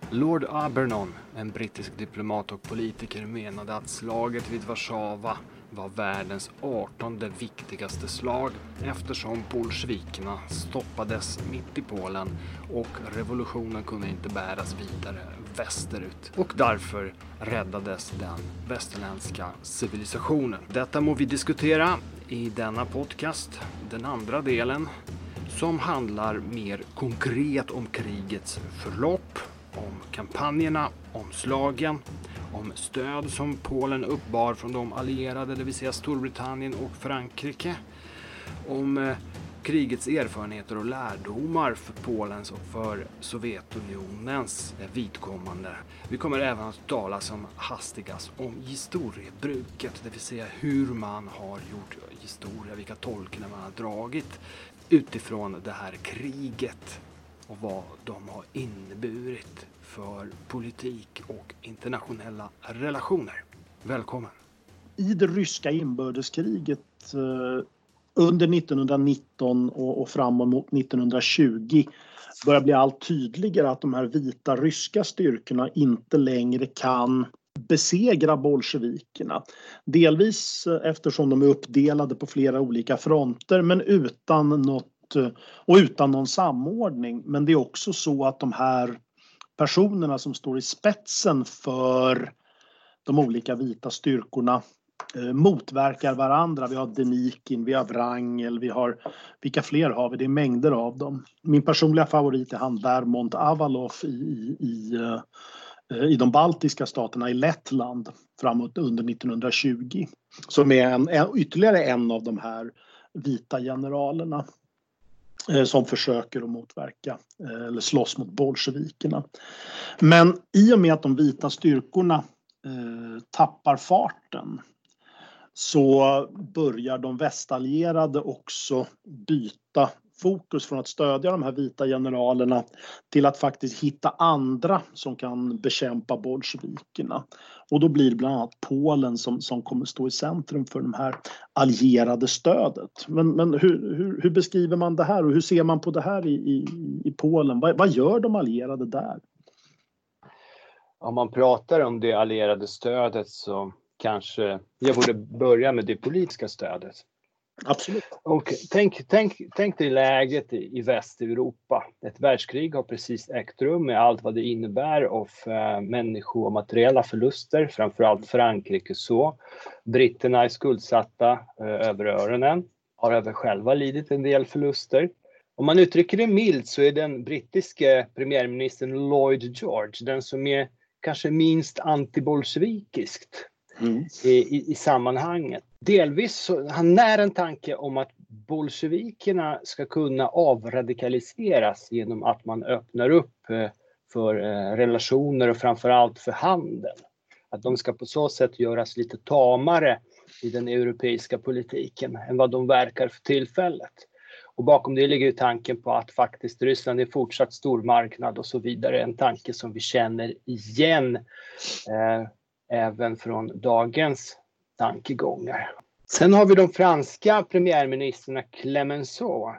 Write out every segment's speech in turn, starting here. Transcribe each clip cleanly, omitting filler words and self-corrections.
Lord Abernon, en brittisk diplomat och politiker, menade att slaget vid Warszawa var världens 18:e viktigaste slag eftersom bolsjevikerna stoppades mitt i Polen och revolutionen kunde inte bäras vidare västerut. Och därför räddades den västerländska civilisationen. Detta må vi diskutera i denna podcast, den andra delen, som handlar mer konkret om krigets förlopp, om kampanjerna, om slagen, om stöd som Polen uppbar från de allierade, det vill säga Storbritannien och Frankrike, om krigets erfarenheter och lärdomar för Polens och för Sovjetunionens vidkommande. Vi kommer även att tala som hastigast om historiebruket, det vill säga hur man har gjort historia, vilka tolkningar man har dragit utifrån det här kriget och vad de har inneburit för politik och internationella relationer. Välkommen! I det ryska inbördeskriget under 1919 och framåt 1920 börjar bli allt tydligare att de här vita ryska styrkorna inte längre kan besegra bolsjevikerna. Delvis eftersom de är uppdelade på flera olika fronter men utan någon samordning. Men det är också så att de här personerna som står i spetsen för de olika vita styrkorna motverkar varandra. Vi har Denikin, vi har Wrangel, vilka fler har vi? Det är mängder av dem. Min personliga favorit är han Vermont Avalov i de baltiska staterna i Lettland framåt under 1920. Som är ytterligare en av de här vita generalerna som försöker att motverka eller slåss mot bolsjevikerna. Men i och med att de vita styrkorna tappar farten så börjar de västallierade också byta fokus från att stödja de här vita generalerna till att faktiskt hitta andra som kan bekämpa bolsjevikerna. Och då blir det bland annat Polen som kommer stå i centrum för det här allierade stödet. Men hur beskriver man det här och hur ser man på det här i Polen? Vad gör de allierade där? Om man pratar om det allierade stödet så kanske jag borde börja med det politiska stödet. Absolut. Och tänk dig läget i Västeuropa. Ett världskrig har precis ägt rum med allt vad det innebär av människo- och materiella förluster. Framförallt Frankrike så. Britterna är skuldsatta över öronen. Har även själva lidit en del förluster. Om man uttrycker det milt så är den brittiske premiärministern Lloyd George den som är kanske minst antibolsjevikiskt. I sammanhanget. Delvis så han när en tanke om att bolsjevikerna ska kunna avradikaliseras genom att man öppnar upp för relationer och framförallt för handel. Att de ska på så sätt göras lite tamare i den europeiska politiken än vad de verkar för tillfället. Och bakom det ligger ju tanken på att faktiskt Ryssland är fortsatt stormarknad och så vidare. En tanke som vi känner igen även från dagens tankegångar. Sen har vi de franska premiärministrarna Clemenceau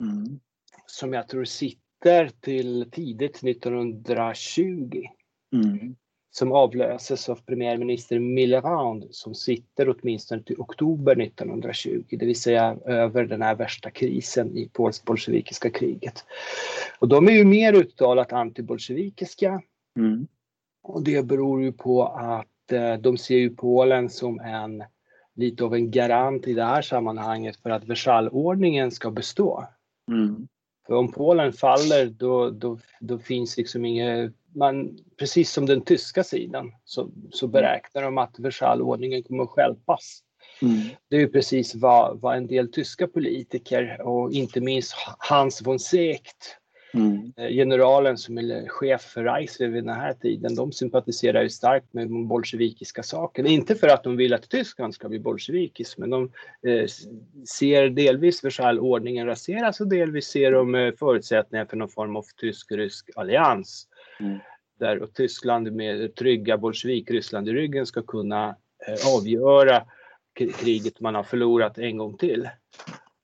som jag tror sitter till tidigt 1920 som avlöses av premiärminister Millerand som sitter åtminstone till oktober 1920, det vill säga över den här värsta krisen i polsk-bolsjevikiska kriget. Och de är ju mer uttalat antibolsjevikiska och det beror ju på att de ser ju Polen som lite av en garant i det här sammanhanget för att Versaillesordningen ska bestå. För om Polen faller då finns liksom precis som den tyska sidan så beräknar de att Versaillesordningen kommer att stjälpas. Det är ju precis vad en del tyska politiker och inte minst Hans von Seeckt, generalen som är chef för Reichswehr vid den här tiden, de sympatiserar ju starkt med bolsjevikiska saker. Inte för att de vill att Tyskland ska bli bolsjevikiskt, men de ser delvis Versaillesordningen raseras och delvis ser de förutsättningar för någon form av tysk-rysk allians. Där Tyskland med trygga bolsjevik-Ryssland i ryggen ska kunna avgöra kriget man har förlorat en gång till.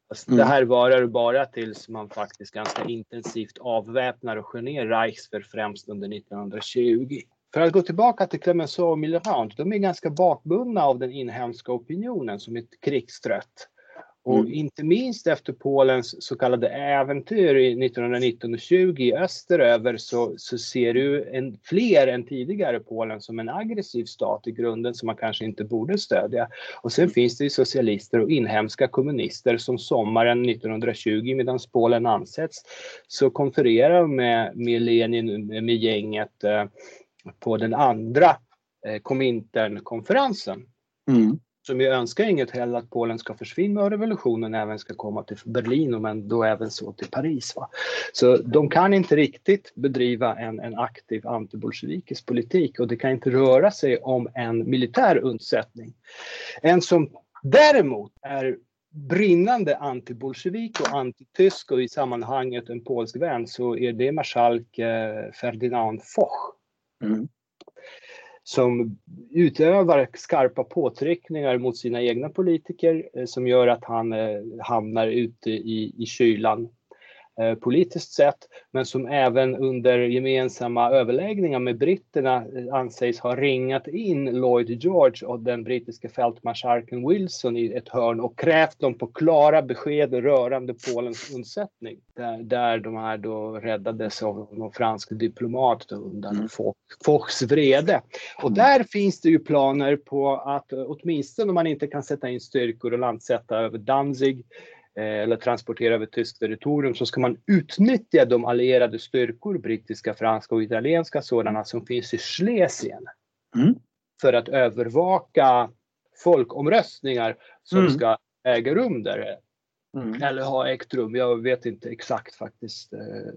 Det här varar bara tills man faktiskt ganska intensivt avväpnar och skär ner Reichswehr främst under 1920. För att gå tillbaka till Clemenceau och Millerand, de är ganska bakbundna av den inhemska opinionen som är krigstrött. Och inte minst efter Polens så kallade äventyr i 1919 och 20 österöver så ser du fler än tidigare Polen som en aggressiv stat i grunden som man kanske inte borde stödja. Och sen finns det ju socialister och inhemska kommunister som sommaren 1920 medan Polen ansätts så konfererar med Lenin med gänget på den andra Komintern-konferensen. Som ju önskar inget heller att Polen ska försvinna och revolutionen även ska komma till Berlin men då även så till Paris. Va? Så de kan inte riktigt bedriva en aktiv antibolsjevikisk politik och det kan inte röra sig om en militär undsättning. En som däremot är brinnande antibolsjevik och antitysk och i sammanhanget en polsk vän så är det marskalk Ferdinand Foch. Som utövar skarpa påtryckningar mot sina egna politiker som gör att han hamnar ute i kylan politiskt sett, men som även under gemensamma överläggningar med britterna anses ha ringat in Lloyd George och den brittiska fältmarskalken Wilson i ett hörn och krävt dem på klara besked rörande Polens undsättning. Där de här då räddades av någon fransk diplomat undan Fochs vrede. Och där finns det ju planer på att åtminstone om man inte kan sätta in styrkor och landsätta över Danzig eller transportera över tyskt territorium så ska man utnyttja de allierade styrkor, brittiska, franska och italienska sådana som finns i Schlesien för att övervaka folkomröstningar som ska äga rum där. Eller ha ägt rum, jag vet inte exakt faktiskt.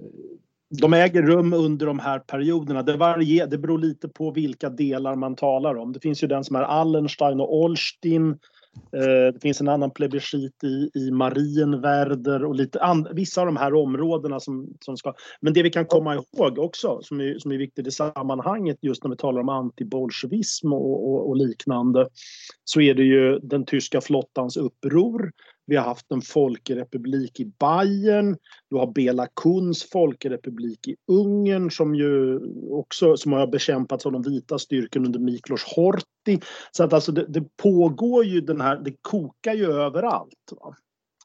De äger rum under de här perioderna. Det beror lite på vilka delar man talar om. Det finns ju den som är Allenstein och Olsztyn. Det finns en annan plebiscit i Marienwerder och vissa av de här områdena som ska... Men det vi kan komma ihåg också som är viktigt i sammanhanget just när vi talar om antibolsjevism och liknande så är det ju den tyska flottans uppror. Vi har haft en folkrepublik i Bayern. Du har Bela Kuns folkrepublik i Ungern som ju också som har bekämpats av de vita styrkorna under Miklos Horthy. Så att alltså det pågår ju det kokar ju överallt. Va?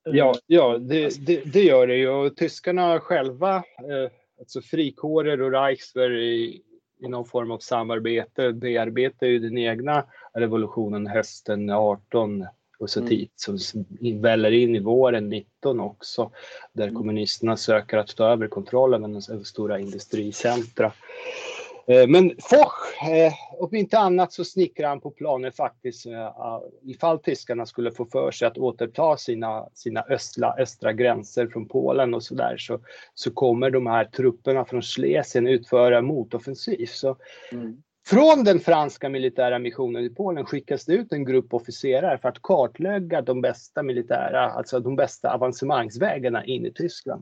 Ja, det gör det ju. Och tyskarna själva, alltså frikårer och Reichswehr i någon form av samarbete bearbetar ju den egna revolutionen hösten 18 och så tid som väller in i våren 19 också där kommunisterna söker att ta över kontrollen över stora industricentra. Men Foch, om inte annat så snickrar han på planer faktiskt ifall tyskarna skulle få för sig att återta sina östra gränser från Polen och sådär så kommer de här trupperna från Schlesien utföra motoffensiv. Så från den franska militära missionen i Polen skickas det ut en grupp officerare för att kartlägga de bästa avancemangsvägarna in i Tyskland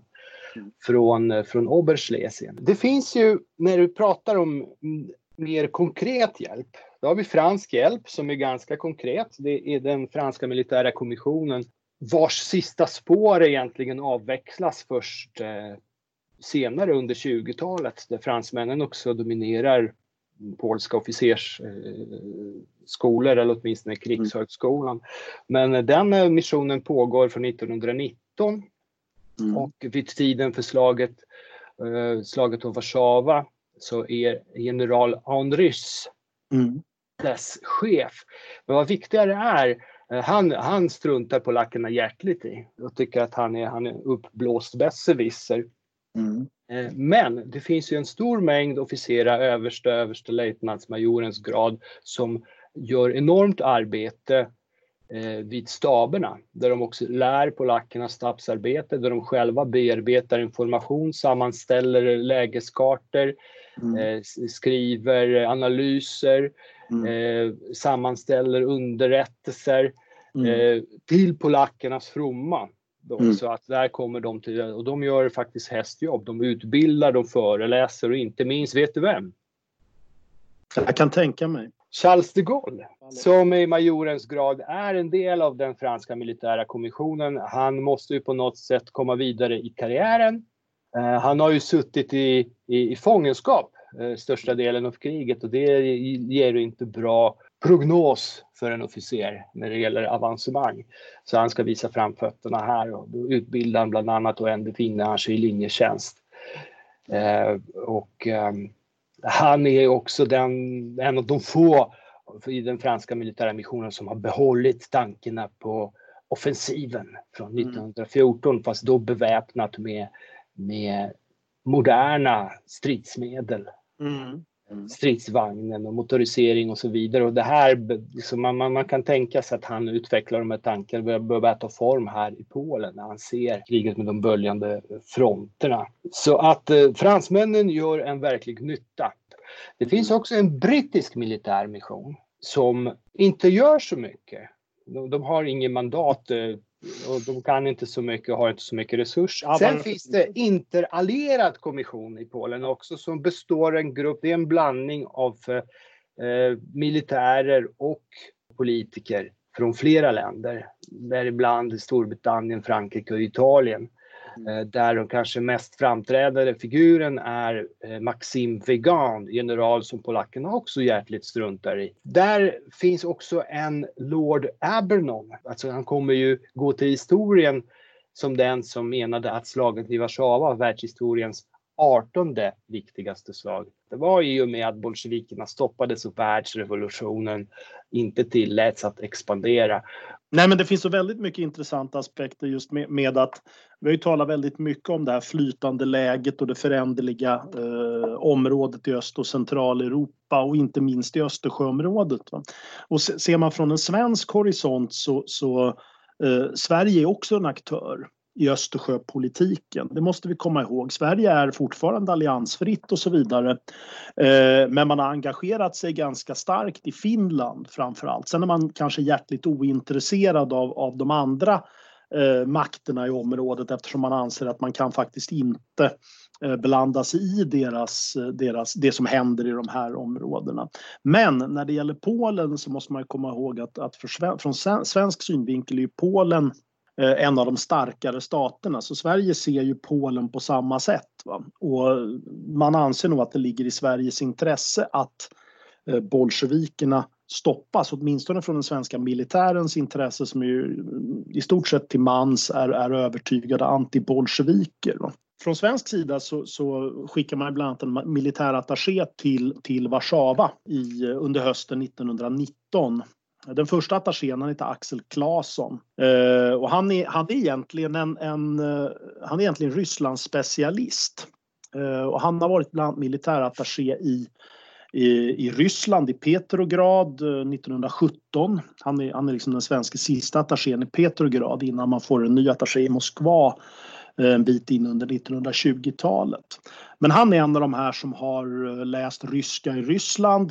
från Oberschlesien. Det finns ju, när du pratar om mer konkret hjälp, då har vi fransk hjälp som är ganska konkret. Det är den franska militära kommissionen vars sista spår egentligen avväxlas först senare under 20-talet där fransmännen också dominerar polska officersskolor eller åtminstone krigshögskolan. Men den missionen pågår från 1919 och vid tiden för slaget om Warszawa så är general Andrys dess chef. Men vad viktigare är, han struntar på lackarna hjärtligt i och tycker att han är uppblåst besserwisser. Men det finns ju en stor mängd officerare, överste löjtnantsmajorens grad som gör enormt arbete vid staberna där de också lär polackerna stabsarbete, där de själva bearbetar information, sammanställer lägeskartor, skriver analyser, sammanställer underrättelser till polackernas fromma. Så att där kommer de till, och de gör faktiskt hästjobb. De utbildar, de föreläser och inte minst, vet du vem? Jag kan tänka mig. Charles de Gaulle, som i majorens grad är en del av den franska militära kommissionen. Han måste ju på något sätt komma vidare i karriären. Han har ju suttit i fångenskap största delen av kriget, och det ger ju inte bra prognos för en officer när det gäller avancemang. Så han ska visa framfötterna här, och då utbildar han bland annat, och än befinner han sig i linjetjänst. Han är också en av de få i den franska militära missionen som har behållit tankarna på offensiven från 1914, fast då beväpnat med moderna stridsmedel. Stridsvagnen och motorisering och så vidare. Och det här, liksom man kan tänka sig att han utvecklar de här tankarna börjar ta form här i Polen när han ser kriget med de böljande fronterna. Så att fransmännen gör en verklig nytta. Det finns också en brittisk militärmission som inte gör så mycket. De har ingen mandat och de kan inte så mycket och har inte så mycket resurser. Sen finns det interallierad kommission i Polen också, som består en grupp, det är en blandning av militärer och politiker från flera länder, däribland Storbritannien, Frankrike och Italien. Där de kanske mest framträdande figuren är Maxime Weygand, general som polackerna också hjärtligt struntar i. Där finns också en Lord Abernon, alltså han kommer ju gå till historien som den som menade att slaget vid Warszawa var världshistoriens 18:e viktigaste slag. Det var ju och med att bolsjevikerna stoppades och världsrevolutionen inte tilläts att expandera. Nej, men det finns så väldigt mycket intressanta aspekter just med att vi har ju talat väldigt mycket om det här flytande läget och det föränderliga området i Öst- och Centraleuropa och inte minst i Östersjöområdet. Va? Och ser man från en svensk horisont så Sverige är också en aktör i Östersjöpolitiken. Det måste vi komma ihåg. Sverige är fortfarande alliansfritt och så vidare. Men man har engagerat sig ganska starkt i Finland framförallt. Sen är man kanske hjärtligt ointresserad av de andra makterna i området, eftersom man anser att man kan faktiskt inte blanda sig i det som händer i de här områdena. Men när det gäller Polen så måste man komma ihåg att från svensk synvinkel är ju Polen en av de starkare staterna. Så Sverige ser ju Polen på samma sätt. Va? Och man anser nog att det ligger i Sveriges intresse att bolsjevikerna stoppas, åtminstone från den svenska militärens intresse, som ju i stort sett till mans är övertygade antibolsjeviker. Va? Från svensk sida så skickar man bland annat en militärattaché till Warszawa under hösten 1919. Den första attachén, han heter Axel Claesson. Och han är egentligen Rysslands specialist. Och han har varit bland militärattaché i Ryssland, i Petrograd 1917. Han är liksom den svenska sista attachén i Petrograd innan man får en ny attaché i Moskva en bit in under 1920-talet. Men han är en av de här som har läst ryska i Ryssland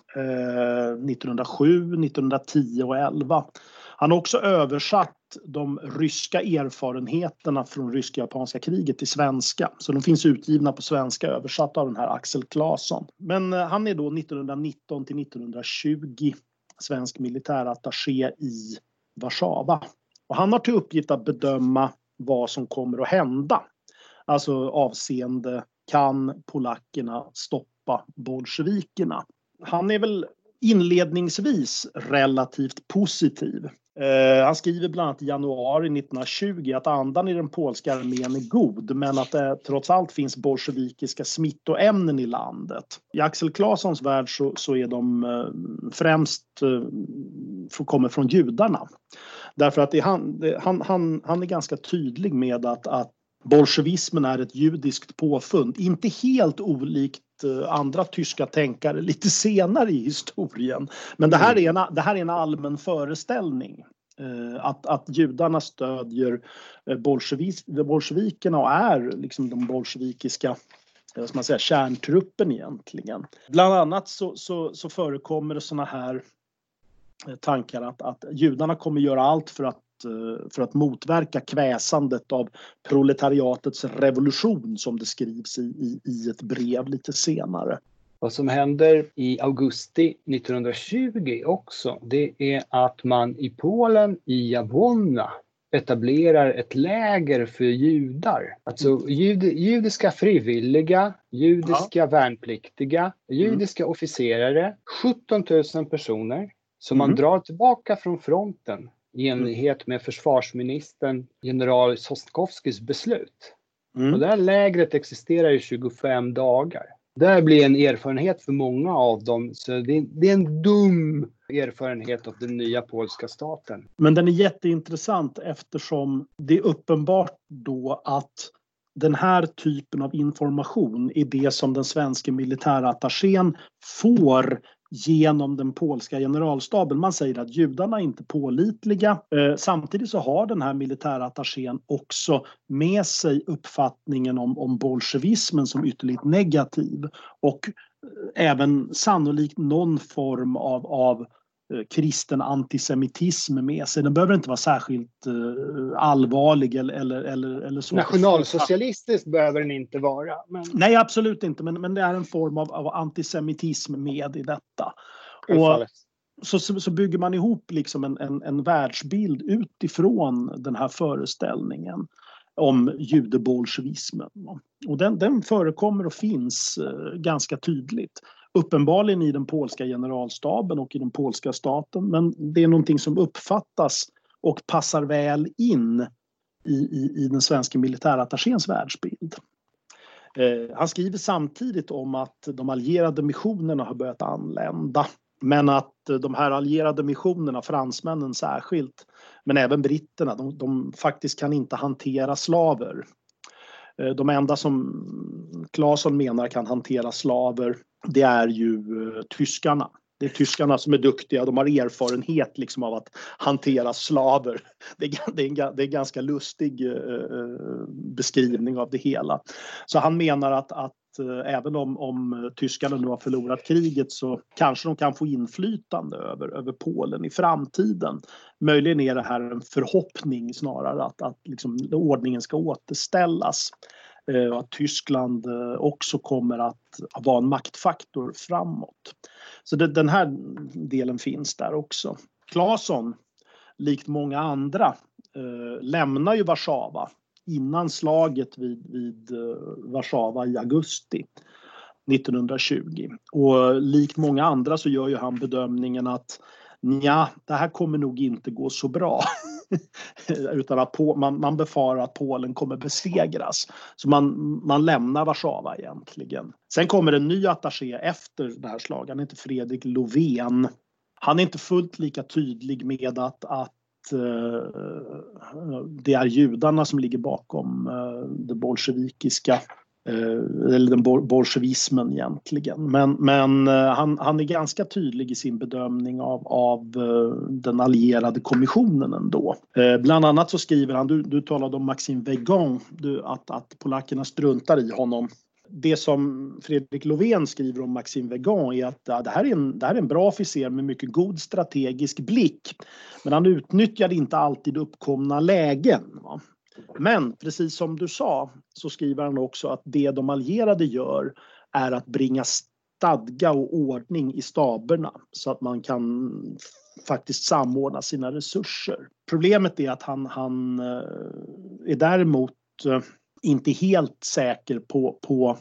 1907, 1910 och 11. Han har också översatt de ryska erfarenheterna från rysk-japanska kriget till svenska. Så de finns utgivna på svenska, översatta av den här Axel Claesson. Men han är då 1919 till 1920 svensk militärattaché i Warszawa. Och han har till uppgift att bedöma vad som kommer att hända. Alltså avseende, kan polackerna stoppa bolsjevikerna? Han är väl inledningsvis relativt positiv. Han skriver bland annat i januari 1920 att andan i den polska armén är god, men att det trots allt finns bolsjevikiska smittoämnen i landet. I Axel Claessons värld så är de främst kommer från judarna. Därför att han är ganska tydlig med att bolsjevismen är ett judiskt påfund. Inte helt olikt andra tyska tänkare lite senare i historien. Men det här är en allmän föreställning. Att judarna stödjer bolsjevikerna och är liksom de bolsjevikiska kärntruppen egentligen. Bland annat så förekommer det såna här tankar att judarna kommer göra allt för att motverka kväsandet av proletariatets revolution, som det skrivs i ett brev lite senare. Vad som händer i augusti 1920 också, det är att man i Polen, i Jabłonna, etablerar ett läger för judar. Alltså judiska frivilliga, judiska värnpliktiga, judiska officerare, 17 000 personer som man drar tillbaka från fronten i enlighet med försvarsministern general Sosnkowskis beslut. Och det här lägret existerar i 25 dagar. Det här blir en erfarenhet för många av dem, så det är en dum erfarenhet av den nya polska staten. Men den är jätteintressant eftersom det är uppenbart då att den här typen av information är det som den svenska militärattachén får genom den polska generalstaben. Man säger att judarna är inte pålitliga. Samtidigt så har den här militärattachén också med sig uppfattningen om bolsjevismen som ytterligt negativ. Och även sannolikt någon form av kristen antisemitism med sig. Den behöver inte vara särskilt allvarlig eller så. Nationalsocialistisk behöver den inte vara. Men... Nej, absolut inte. Men det är en form av antisemitism med i detta. Och så bygger man ihop liksom en världsbild utifrån den här föreställningen om judebolsjevismen. Och den förekommer och finns ganska tydligt. Uppenbarligen i den polska generalstaben och i den polska staten, men det är någonting som uppfattas och passar väl in i den svenska militärattachéns världsbild. Han skriver samtidigt om att de allierade missionerna har börjat anlända, men att de här allierade missionerna, fransmännen särskilt, men även britterna, de faktiskt kan inte hantera slaver. De enda som Claesson menar kan hantera slaver, det är ju tyskarna. Det är tyskarna som är duktiga. De har erfarenhet liksom av att hantera slaver. Det är en ganska lustig beskrivning av det hela. Så han menar att även om tyskarna nu har förlorat kriget så kanske de kan få inflytande över Polen i framtiden. Möjligen är det här en förhoppning snarare att liksom ordningen ska återställas. Och att Tyskland också kommer att vara en maktfaktor framåt. Så den här delen finns där också. Claesson, likt många andra, lämnar ju Warszawa innan slaget vid Warszawa i augusti 1920. Och likt många andra så gör ju han bedömningen att det här kommer nog inte gå så bra. Utan att man befarar att Polen kommer besegras. Så man lämnar Warszawa egentligen. Sen kommer en ny attaché efter det här slaget. Han heter Fredrik Lovén. Han är inte fullt lika tydlig med att det är judarna som ligger bakom det bolsjevikiska eller den bolsjevismen egentligen. Men han är ganska tydlig i sin bedömning av den allierade kommissionen ändå. Bland annat så skriver han, du talade om Maxime Weygand, att polackerna struntar i honom. Det som Fredrik Lovén skriver om Maxime Weygand är att det här är en bra officer med mycket god strategisk blick. Men han utnyttjade inte alltid uppkomna lägen. Va? Men precis som du sa så skriver han också att det de allierade gör är att bringa stadga och ordning i staberna så att man kan faktiskt samordna sina resurser. Problemet är att han är däremot inte helt säker på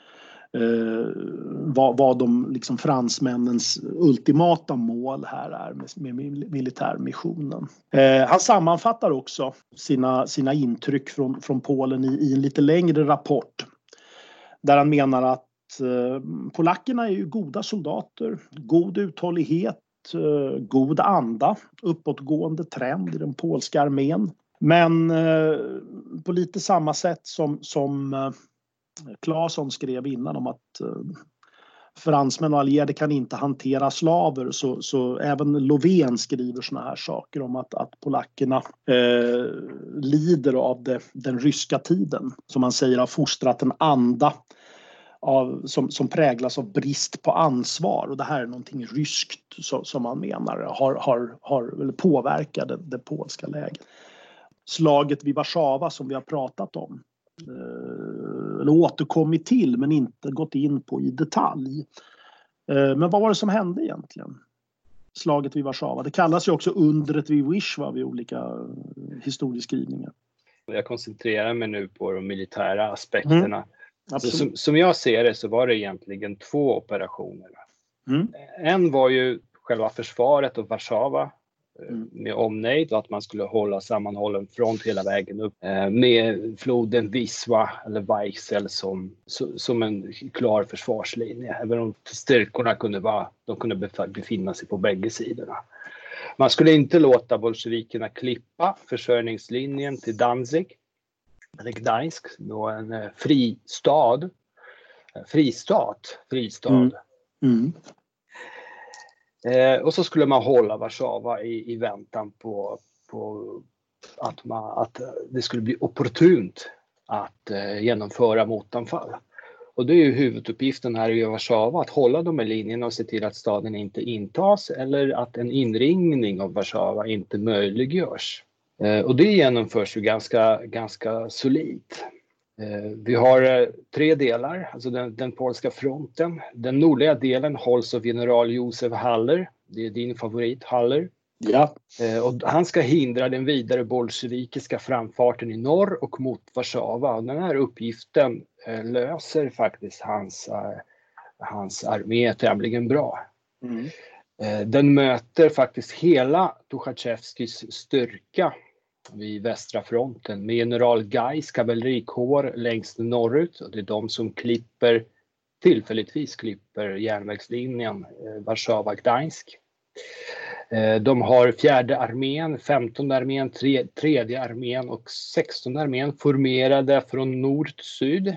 vad de liksom fransmännens ultimata mål här är med militärmissionen. Han sammanfattar också sina intryck från Polen i en lite längre rapport där han menar att polackerna är ju goda soldater, god uthållighet, god anda, uppåtgående trend i den polska armén. Men på lite samma sätt som Claesson skrev innan om att fransmän och allierade kan inte hantera slaver, så även Lovén skriver såna här saker om att polackerna lider av den ryska tiden. Som man säger har fostrat en anda som präglas av brist på ansvar. Och det här är någonting ryskt som man menar har påverkat det polska läget. Slaget vid Warszawa som vi har pratat om eller återkommit till men inte gått in på i detalj. Men vad var det som hände egentligen? Slaget vid Warszawa. Det kallas ju också undret vid Wisła vid olika historieskrivningar. Jag koncentrerar mig nu på de militära aspekterna. Som jag ser det så var det egentligen 2 operationer. En var ju själva försvaret av Warszawa med omnejd och att man skulle hålla sammanhållen front hela vägen upp med floden Wisła eller Weichsel som en klar försvarslinje. Även om styrkorna kunde befinna sig på bägge sidorna. Man skulle inte låta bolsjevikerna klippa försörjningslinjen till Danzig eller Gdańsk, då en fristad. Och så skulle man hålla Warszawa i väntan på att det skulle bli opportunt att genomföra motanfall. Och det är ju huvuduppgiften här i Warszawa, att hålla de här linjerna och se till att staden inte intas eller att en inringning av Warszawa inte möjliggörs. Och det genomförs ju ganska solidt. Vi har 3 delar, alltså den polska fronten. Den nordliga delen hålls av general Josef Haller. Det är din favorit, Haller. Ja. Och han ska hindra den vidare bolsjevikiska framfarten i norr och mot Warszawa. Och den här uppgiften löser faktiskt hans armé tämligen bra. Den möter faktiskt hela Tuchatjevskijs styrka vid västra fronten med general Gajs kavallerikår längst norrut. Och det är de som tillfälligtvis klipper järnvägslinjen Warszawa-Gdańsk. De har 4:e armén, 15:e armén, 3:e armén och 16:e armén formerade från nord till syd.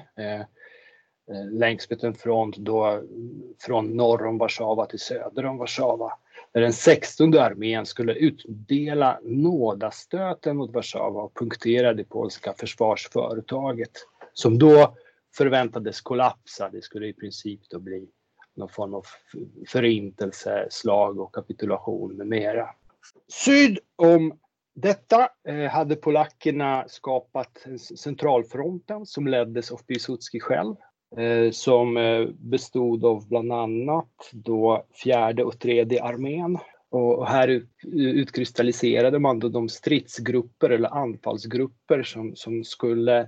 Längs med en front då från norr om Warszawa till söder om Warszawa. Där den 16:e armén skulle utdela nådastöten mot Warszawa och punktera det polska försvarsföretaget. Som då förväntades kollapsa. Det skulle i princip då bli någon form av förintelse, slag och kapitulation med mera. Syd om detta hade polackerna skapat centralfronten som leddes av Piłsudski själv. Som bestod av bland annat då 4:e och 3:e armén. Och här utkristalliserade man då de stridsgrupper eller anfallsgrupper som skulle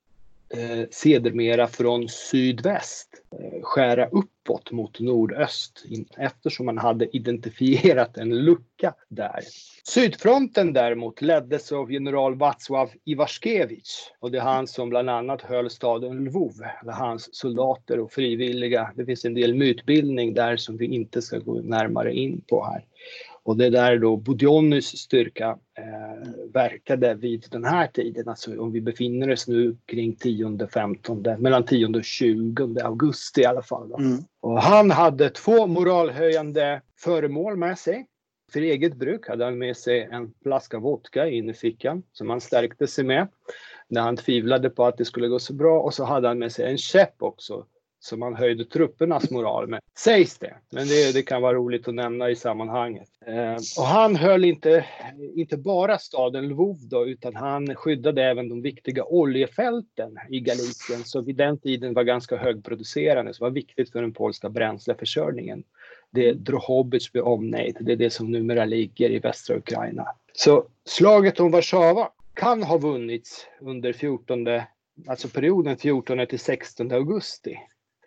sedermera från sydväst skära uppåt mot nordöst eftersom man hade identifierat en lucka där. Sydfronten däremot leddes av general Wacław Iwaszkiewicz och det är han som bland annat höll staden Lwów, eller hans soldater och frivilliga. Det finns en del mytbildning där som vi inte ska gå närmare in på här. Och det är där då Budionny's styrka verkade vid den här tiden. Alltså om vi befinner oss nu kring 10-15, mellan 10 och 20 augusti i alla fall. Och han hade 2 moralhöjande föremål med sig. För eget bruk hade han med sig en flaska vodka in i fickan som han stärkte sig med. När han tvivlade på att det skulle gå så bra. Och så hade han med sig en käpp också. Som han höjde truppernas moral med. Sägs det. Men det kan vara roligt att nämna i sammanhanget. Och han höll inte bara staden Lwów då, utan han skyddade även de viktiga oljefälten i Galicien. Så vid den tiden var ganska högproducerande. Så var viktigt för den polska bränsleförsörjningen. Det är Drohobych vid omnejd. Det är det som numera ligger i västra Ukraina. Så slaget om Warszawa kan ha vunnits under perioden 14 till 16 augusti.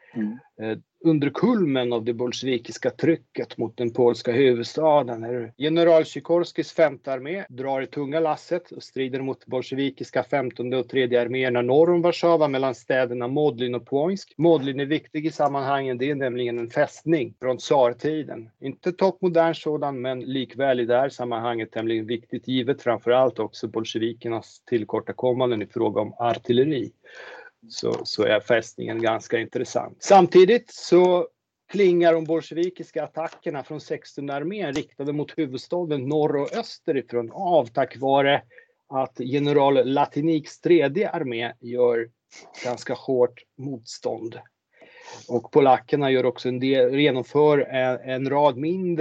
Under kulmen av det bolsjevikiska trycket mot den polska huvudstaden. General Sikorskis 5:e armé drar i tunga lasset och strider mot bolsjevikiska 15:e och 3:e arméerna norr om Warszawa mellan städerna Modlin och Płońsk. Modlin är viktig i sammanhangen, det är nämligen en fästning från tsartiden. Inte toppmodern sådan, men likväl i det här sammanhanget tämligen viktigt, givet framförallt också bolsjevikernas tillkortakommanden i fråga om artilleri. Så är fästningen ganska intressant. Samtidigt så klingar de bolsjevikiska attackerna från 16:e armén riktade mot huvudstaden norr och österifrån av tack vare att general Latiniks 3:e armé gör ganska hårt motstånd. Och polackerna gör också genomför en rad mindre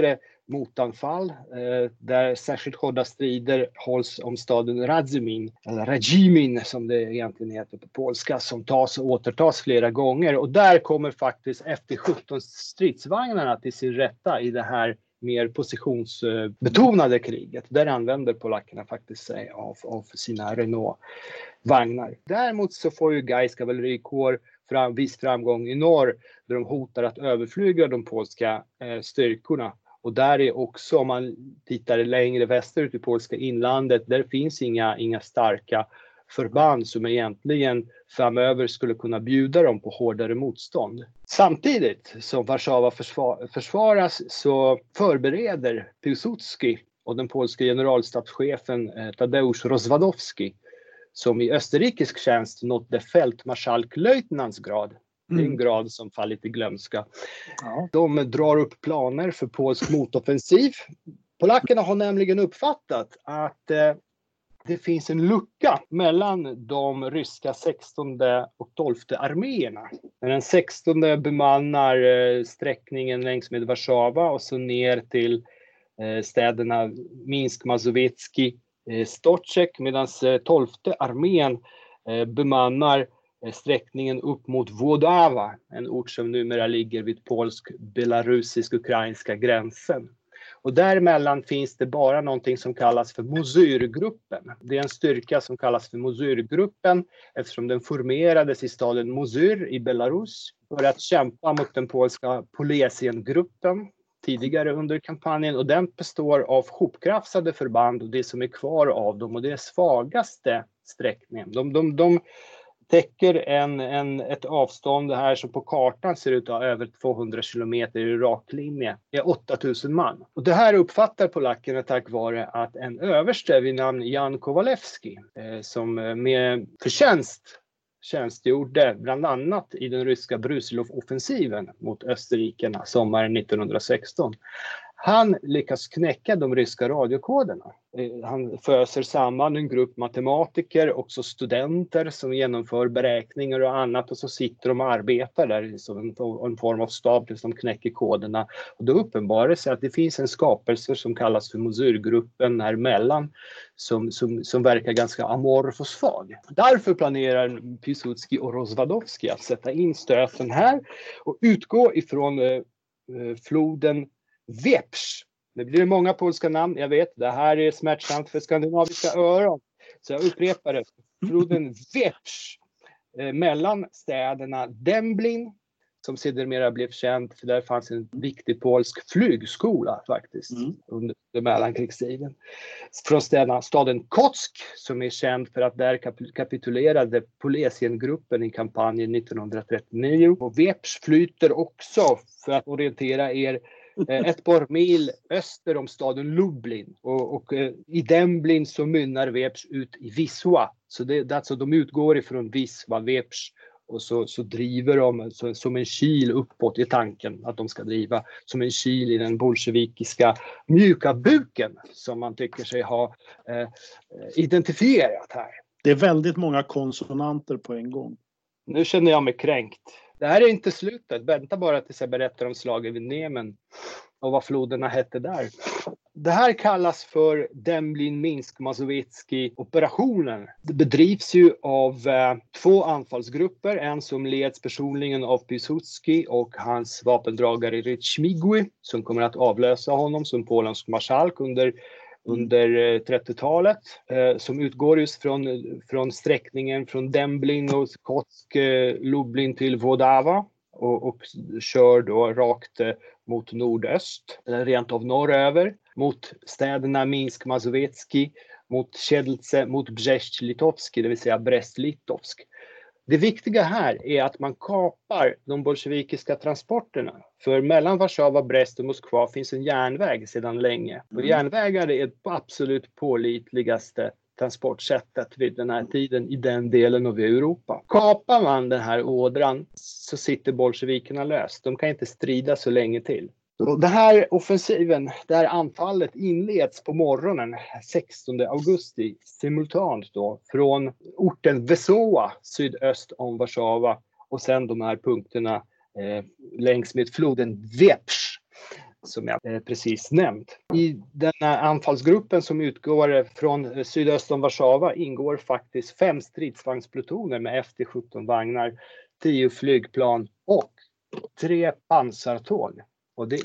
motanfall där särskilt hårda strider hålls om staden Radzimin, eller Radzimin som det egentligen heter på polska, som tas och återtas flera gånger. Och där kommer faktiskt FT-17 stridsvagnarna till sin rätta i det här mer positionsbetonade kriget. Där använder polackerna faktiskt sig av sina Renault-vagnar. Däremot så får ju Gais kavallerikår viss framgång i norr där de hotar att överflyga de polska styrkorna. Och där är också, om man tittar längre västerut i polska inlandet, där finns inga starka förband som egentligen framöver skulle kunna bjuda dem på hårdare motstånd. Samtidigt som Warszawa försvaras så förbereder Piłsudski och den polska generalstabschefen Tadeusz Rozwadowski, som i österrikisk tjänst nått det fältmarskalklöjtnantsgrad. Det är en grad som fallit i glömska. Ja. De drar upp planer för polsk motoffensiv. Polackerna har nämligen uppfattat att det finns en lucka mellan de ryska 16:e och 12:e arméerna. När den 16:e bemannar sträckningen längs med Warszawa och så ner till städerna Minsk, Mazowiecki, Stoczek, medan 12:e armén bemannar sträckningen upp mot Włodawa, en ort som numera ligger vid polsk-belarusisk-ukrainska gränsen. Och däremellan finns det bara någonting som kallas för Mozyrgruppen. Det är en styrka som kallas för Mozyrgruppen eftersom den formerades i staden Mozyr i Belarus för att kämpa mot den polska Polesiengruppen tidigare under kampanjen, och den består av hopkrafsade förband och det som är kvar av dem, och det är svagaste sträckningen. De täcker ett avstånd här som på kartan ser ut att ha över 200 kilometer i rak linje. Det är 8000 man. Och det här uppfattar polackerna tack vare att en överste vid namn Jan Kowalewski som med förtjänst tjänstgjorde bland annat i den ryska Brusilov-offensiven mot österrikerna sommaren 1916. Han lyckas knäcka de ryska radiokoderna. Han föser samman en grupp matematiker, också studenter som genomför beräkningar och annat, och så sitter de och arbetar där som en form av stab tills de knäcker koderna. Och då uppenbarar sig att det finns en skapelse som kallas för Mozyrgruppen här emellan som verkar ganska amorf och svag. Därför planerar Piłsudski och Rozwadowski att sätta in stöten här och utgå ifrån floden Wieprz. Det blir många polska namn, jag vet. Det här är smärtsamt för skandinaviska öron. Så jag upprepar det. Floden Wieprz mellan städerna Dęblin, som sedermera blev känd för där fanns en viktig polsk flygskola faktiskt under mellankrigstiden. Från staden Kotsk som är känd för att där kapitulerade Polesiengruppen i kampanjen 1939. Och Wieprz flyter också, för att orientera er, ett par mil öster om staden Lublin, och i Dęblin så mynnar Wieprz ut i Wisła. Så det alltså de utgår ifrån Wisła, Wieprz, och så driver de som en kil uppåt i tanken att de ska driva som en kil i den bolsjevikiska mjuka buken som man tycker sig ha identifierat här. Det är väldigt många konsonanter på en gång. Nu känner jag mig kränkt. Det här är inte slutet. Vänta bara tills jag berättar om slaget vid Nemen och vad floderna hette där. Det här kallas för Dęblin-Minsk-Mazowiecki-operationen. Det bedrivs ju av två anfallsgrupper. En som leds personligen av Piłsudski och hans vapendragare Rychmigły som kommer att avlösa honom som polsk marskalk under 30-talet, som utgår just från sträckningen från Dęblin och Kotsk, Lublin till Włodawa och kör då rakt mot nordöst, eller rent av norröver, mot städerna Minsk, Mazowiecki, mot Siedlce, mot Brześć-Litovski, det vill säga Brest-Litovsk. Det viktiga här är att man kapar de bolsjevikiska transporterna. För mellan Warszawa, Brest och Moskva finns en järnväg sedan länge. Och järnvägar är det absolut pålitligaste transportsättet vid den här tiden i den delen av Europa. Kapar man den här ådran så sitter bolsjevikerna löst. De kan inte strida så länge till. Och den här offensiven, det här anfallet inleds på morgonen 16 augusti simultant då från orten Wesoła sydöst om Warszawa och sen de här punkterna längs med floden Wieprz. som jag precis nämnt. I den här anfallsgruppen som utgår från sydöst om Warszawa ingår faktiskt 5 stridsvagnsplutoner med FT-17-vagnar, 10 flygplan och 3 pansartåg. Och det är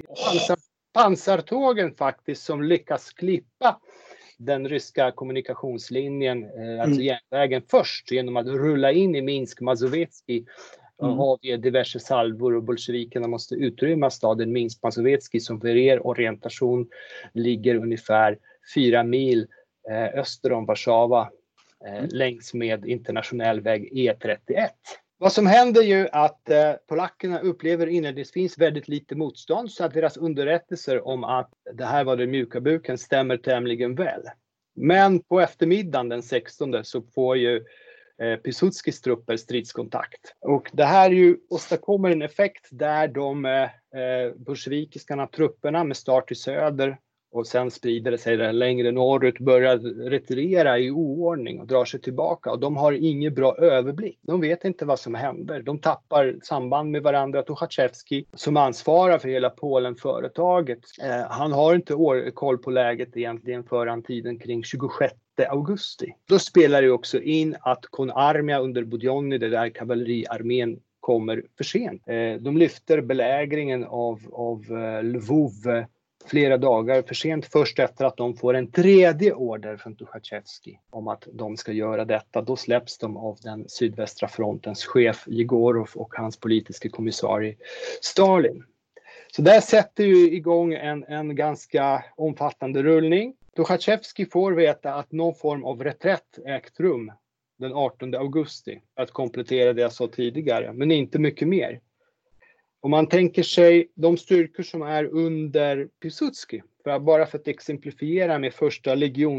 pansartågen faktiskt som lyckas klippa den ryska kommunikationslinjen, alltså järnvägen först genom att rulla in i Minsk, Mazovetski och avge diverse salvor, och bolsjevikerna måste utrymma staden Minsk, Mazovetski som för er orientation ligger ungefär 4 mil öster om Warszawa längs med internationell väg E31. Vad som händer ju att polackerna upplever inledningsvis väldigt lite motstånd, så att deras underrättelser om att det här var den mjuka buken stämmer tämligen väl. Men på eftermiddagen den 16 så får ju Piłsudskis trupper stridskontakt. Och det här ju åstadkommer en effekt där de bolsjevikiska trupperna med start i söder och sen sprider det sig längre norrut, börjar retirera i oordning och drar sig tillbaka. Och de har ingen bra överblick. De vet inte vad som händer. De tappar samband med varandra. Tuchatjevskij som ansvarar för hela Polen-företaget. Han har inte koll på läget egentligen förrän tiden kring 26 augusti. Då spelar det också in att Konarmia under Budyonny, det där kavalleriarmén, kommer för sent. De lyfter belägringen av Lvov flera dagar för sent, först efter att de får en tredje order från Tuchatjevskij om att de ska göra detta. Då släpps de av den sydvästra frontens chef Jegorov och hans politiska kommissarie Stalin. Så där sätter ju igång en ganska omfattande rullning. Tuchatjevskij får veta att någon form av reträtt ägt rum den 18 augusti, att komplettera det jag sa tidigare, men inte mycket mer. Om man tänker sig de styrkor som är under Piłsudskij, bara för att exemplifiera med första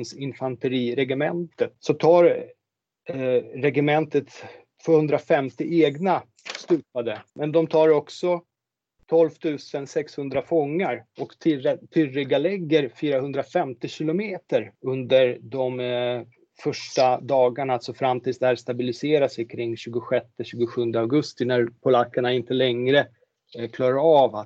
legionsinfanteriregementet, så tar regementet 250 egna stupade. Men de tar också 12 600 fångar och tillryggalägger 450 kilometer under de första dagarna, alltså fram tills det här stabiliserar sig kring 26-27 augusti, när polackerna inte längre klarar av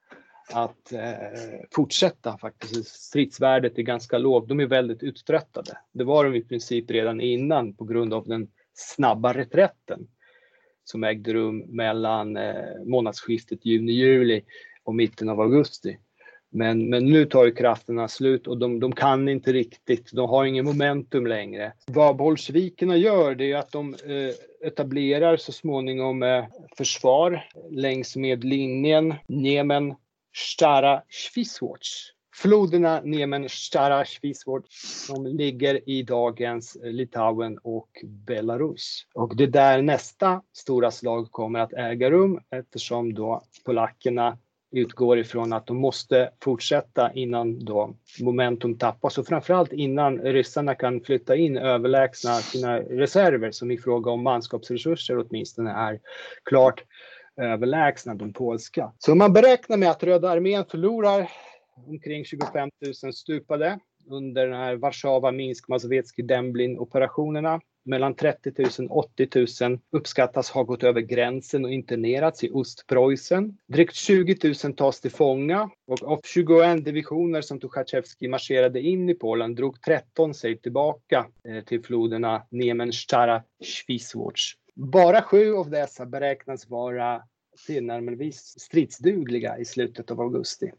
att fortsätta faktiskt. Stridsvärdet är ganska lågt. De är väldigt uttröttade. Det var de i princip redan innan på grund av den snabba reträtten som ägde rum mellan månadsskiftet juni-juli och mitten av augusti. Men nu tar ju krafterna slut och de kan inte riktigt. De har ingen momentum längre. Vad bolsjevikerna gör, det är att de etablerar så småningom försvar längs med linjen Niemen, Stara, Svisvård. Floderna Niemen, Stara, Svisvård som ligger i dagens Litauen och Belarus. Och det där nästa stora slag kommer att äga rum, eftersom då polackerna utgår ifrån att de måste fortsätta innan då momentum tappas, och framförallt innan ryssarna kan flytta in överlägsna sina reserver, som i fråga om manskapsresurser åtminstone är klart överlägsna de polska. Så man beräknar med att Röda armén förlorar omkring 25 000 stupade under den här Warszawa, Minsk, Mazovetski, Demblin-operationerna. Mellan 30 000 och 80 000 uppskattas ha gått över gränsen och internerats i Ostpreussen. Drygt 20 000 tas till fånga, och av 21 divisioner som Tuchatjevskij marscherade in i Polen drog 13 sig tillbaka till floderna Niemen, Stara, Svisvård. Bara 7 av dessa beräknas vara tillnärmelsevis stridsdugliga i slutet av augusti.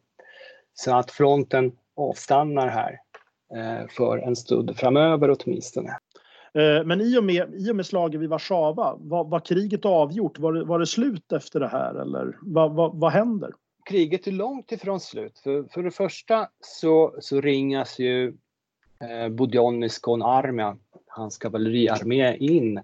Så att fronten avstannar här för en stund framöver åtminstone. Men i och med slaget vid Warszawa, var kriget avgjort? Var det slut efter det här, eller vad händer? Kriget är långt ifrån slut. För det första så ringas ju Budyonnys Konarmia, hans kavalleriarmé, in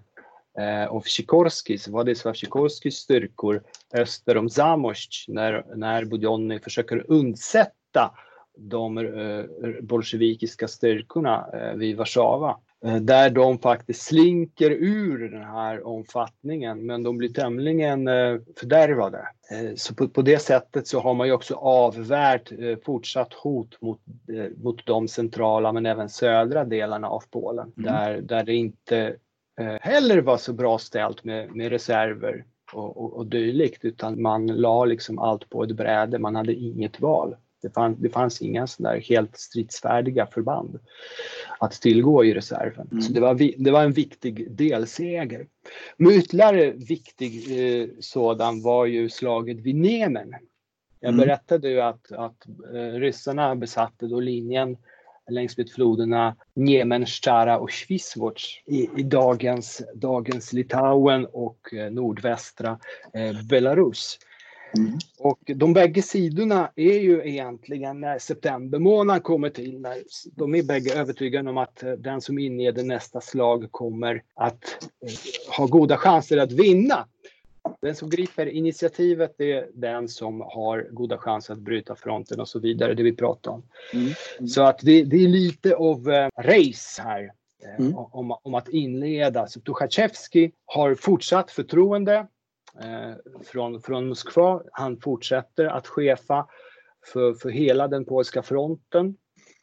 av Sikorskis, Władysław Sikorskis styrkor öster om Zamość, när Budyonny försöker undsätta de bolsjevikiska styrkorna vid Warszawa. Där de faktiskt slinker ur den här omfattningen, men de blir tämligen fördärvade. Så på det sättet så har man ju också avvärjt fortsatt hot mot de centrala men även södra delarna av Polen. Där det inte heller var så bra ställt med reserver och dylikt, utan man la liksom allt på ett bräde. Man hade inget val. Det fanns inga sådana där helt stridsfärdiga förband att tillgå i reserven. Så det var en viktig delseger. Men ytterligare viktig sådan var ju slaget vid Nemen. Jag berättade ju att ryssarna besatte då linjen längs med floderna Nemen, Stara och Svisvård i dagens Litauen och nordvästra Belarus. Och de bägge sidorna är ju egentligen när september månad kommer till, när de är bägge övertygade om att den som inleder nästa slag kommer att ha goda chanser att vinna. Den som griper initiativet är den som har goda chanser att bryta fronten och så vidare, det vi pratar om. Så att det är lite av race här om att inleda. Så Tuchatjevskij har fortsatt förtroende från Moskva. Han fortsätter att chefa för hela den polska fronten.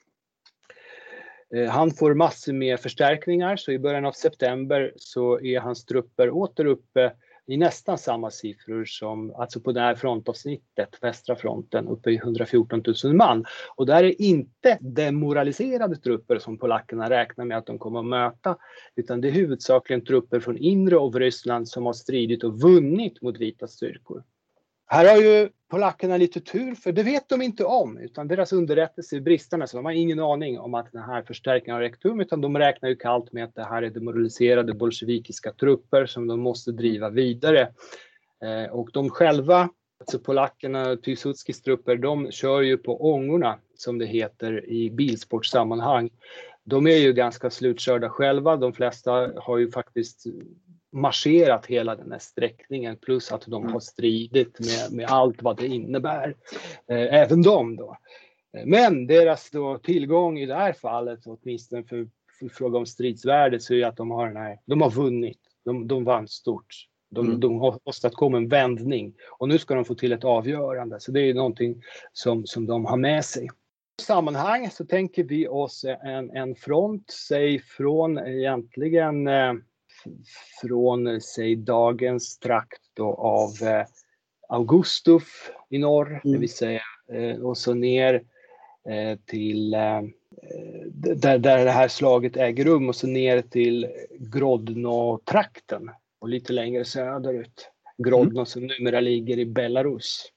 Han får massor med förstärkningar, så i början av september så är hans trupper åter uppe i nästan samma siffror som, alltså på det här frontavsnittet, västra fronten, uppe i 114 000 man. Och där är inte demoraliserade trupper som polackerna räknar med att de kommer att möta, utan det är huvudsakligen trupper från inre av Ryssland som har stridit och vunnit mot vita styrkor. Här har ju polackerna lite tur, för det vet de inte om, utan deras underrättelse är bristande, så de har ingen aning om att den här förstärkningen har räckt rum, utan de räknar ju kallt med att det här är demoraliserade bolsjevikiska trupper som de måste driva vidare. Och de själva, alltså polackerna och Piłsudskis trupper, de kör ju på ångorna, som det heter i bilsportsammanhang. De är ju ganska slutkörda själva, de flesta har ju faktiskt marscherat hela den här sträckningen, plus att de har stridit med allt vad det innebär, även de då. Men deras då tillgång i det här fallet, åtminstone för fråga om stridsvärdet, så är att de har vunnit, de vann stort. De har åstadkommit en vändning och nu ska de få till ett avgörande, så det är någonting som de har med sig. I sammanhang så tänker vi oss en front, säg från egentligen från sig dagens trakt då av Augustów i norr, det vill säga, och så ner till där det här slaget äger rum, och så ner till Grodno-trakten och lite längre söderut. Grodno som numera ligger i Belarus.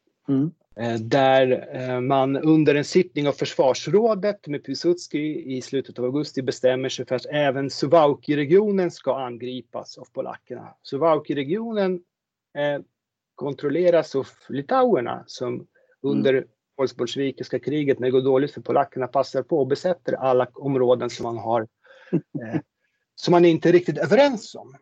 Där man under en sittning av försvarsrådet med Piłsudskij i slutet av augusti bestämmer sig för att även Suwałki-regionen ska angripas av polackerna. Suwałki-regionen kontrolleras av litauerna som under polsk-bolsjevikiska kriget, när det går dåligt för polackerna, passar på och besätter alla områden som man har som man inte är riktigt överens om.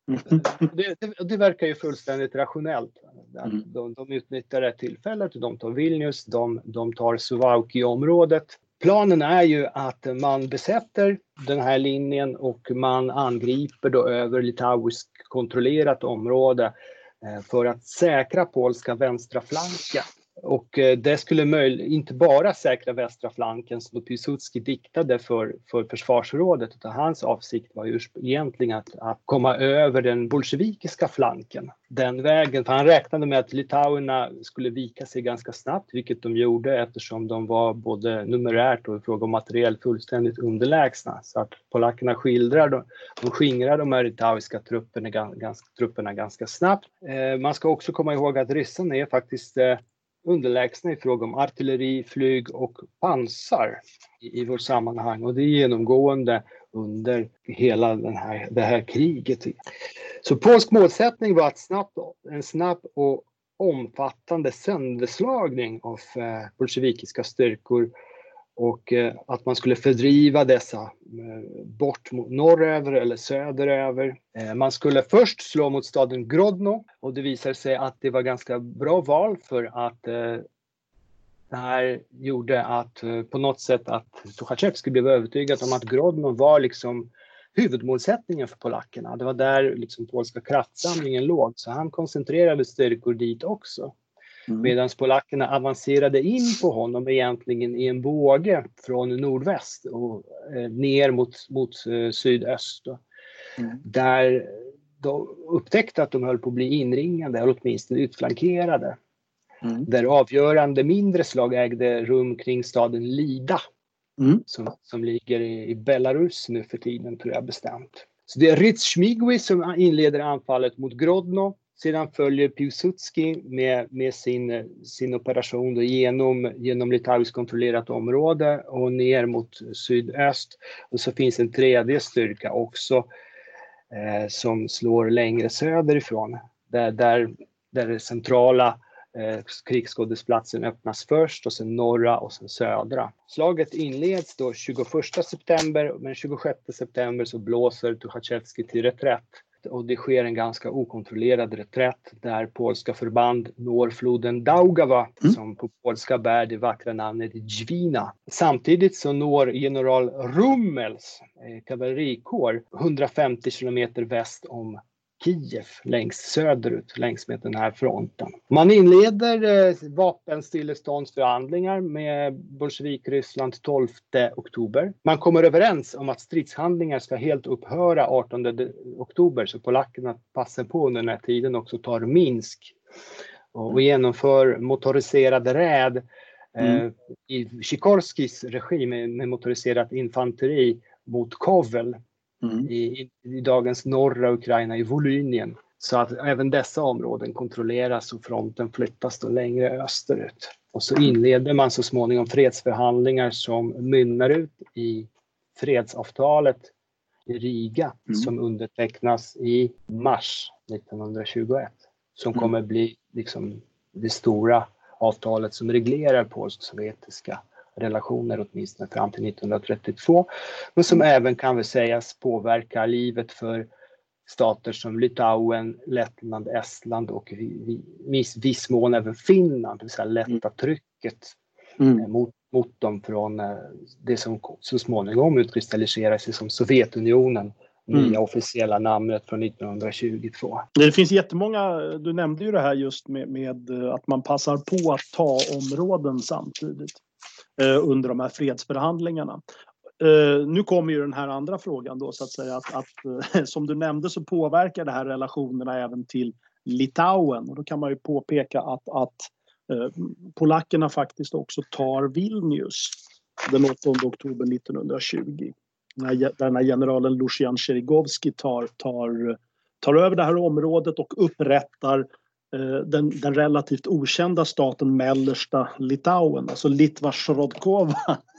Det verkar ju fullständigt rationellt. De utnyttjar det tillfället, de tar Vilnius, de tar Suwałki-området. Planen är ju att man besätter den här linjen och man angriper då över litauiskt kontrollerat område för att säkra polska vänstra flanken. Och det skulle inte bara säkra västra flanken som Piłsudskij diktade för försvarsrådet, utan hans avsikt var ju egentligen att komma över den bolsjevikiska flanken den vägen. För han räknade med att litauerna skulle vika sig ganska snabbt, vilket de gjorde eftersom de var både numerärt och i fråga om materiell fullständigt underlägsna. Så att polackerna skingrar de här litauiska trupperna ganska snabbt. Man ska också komma ihåg att ryssarna är faktiskt underlägsna i fråga om artilleri, flyg och pansar i vårt sammanhang, och det är genomgående under hela det här kriget. Så polsk målsättning var en snabb och omfattande sönderslagning av bolsjevikiska styrkor, och att man skulle fördriva dessa bort norröver eller söderöver. Man skulle först slå mot staden Grodno, och det visade sig att det var ganska bra val, för att det här gjorde att på något sätt att Tuchatjevskij blev övertygad om att Grodno var liksom huvudmålsättningen för polackerna. Det var där liksom polska kraftsamlingen låg, så han koncentrerade styrkor dit också. Medan polackerna avancerade in på honom egentligen i en båge från nordväst och ner mot sydöst. Där de upptäckte att de höll på att bli inringade eller åtminstone utflankerade. där avgörande mindre slag ägde rum kring staden Lida. Som ligger i Belarus nu för tiden, tror jag bestämt. Så det är Rydzjmigui som inleder anfallet mot Grodno. Sedan följer Piłsudski med sin operation då genom litauiskt kontrollerat område och ner mot sydöst. Och så finns en tredje styrka också som slår längre söderifrån. Där det centrala krigsskådesplatsen öppnas först och sen norra och sen södra. Slaget inleds då 21 september, men 26 september så blåser Tuchatjevskij till reträtt. Och det sker en ganska okontrollerad reträtt där polska förband når floden Daugava som på polska bär det vackra namnet Dźwina. Samtidigt så når general Rummels kavallerikår 150 kilometer väst om Kiev söderut längs med den här fronten. Man inleder vapenstilleståndsförhandlingar med Bolsjevik-Ryssland 12 oktober. Man kommer överens om att stridshandlingar ska helt upphöra 18 oktober, så polackerna passar på under den här tiden också tar Minsk och genomför motoriserad räd i Sikorskis regim med motoriserat infanteri mot Kovel. I dagens norra Ukraina i Volynien. Så att även dessa områden kontrolleras och fronten flyttas då längre österut. Och så inleder man så småningom fredsförhandlingar som mynnar ut i fredsavtalet i Riga som undertecknas i mars 1921. Som kommer bli liksom det stora avtalet som reglerar polsk-sovjetiska relationer åtminstone fram till 1932, men som även kan väl sägas påverka livet för stater som Litauen, Lettland, Estland och i viss mån även Finland, det vill säga lätta trycket mot dem från det som så småningom utkristalliserar sig som Sovjetunionen, nya officiella namnet från 1922. Det finns jättemånga, du nämnde ju det här just med att man passar på att ta områden samtidigt under de här fredsförhandlingarna. Nu kommer ju den här andra frågan då, så att säga, att som du nämnde så påverkar det här relationerna även till Litauen, och då kan man ju påpeka att polackerna faktiskt också tar Vilnius den 8 oktober 1920. När generalen Lucian Cherigovski tar över det här området och upprättar den relativt okända staten mellersta Litauen, alltså Litva Shrodkova.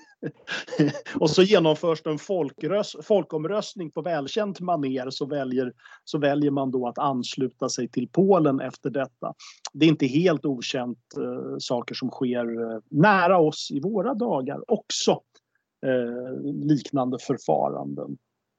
Och så genomförs det en folkomröstning på välkänt manér, så väljer man då att ansluta sig till Polen efter detta. Det är inte helt okänt saker som sker nära oss i våra dagar också. Liknande förfaranden.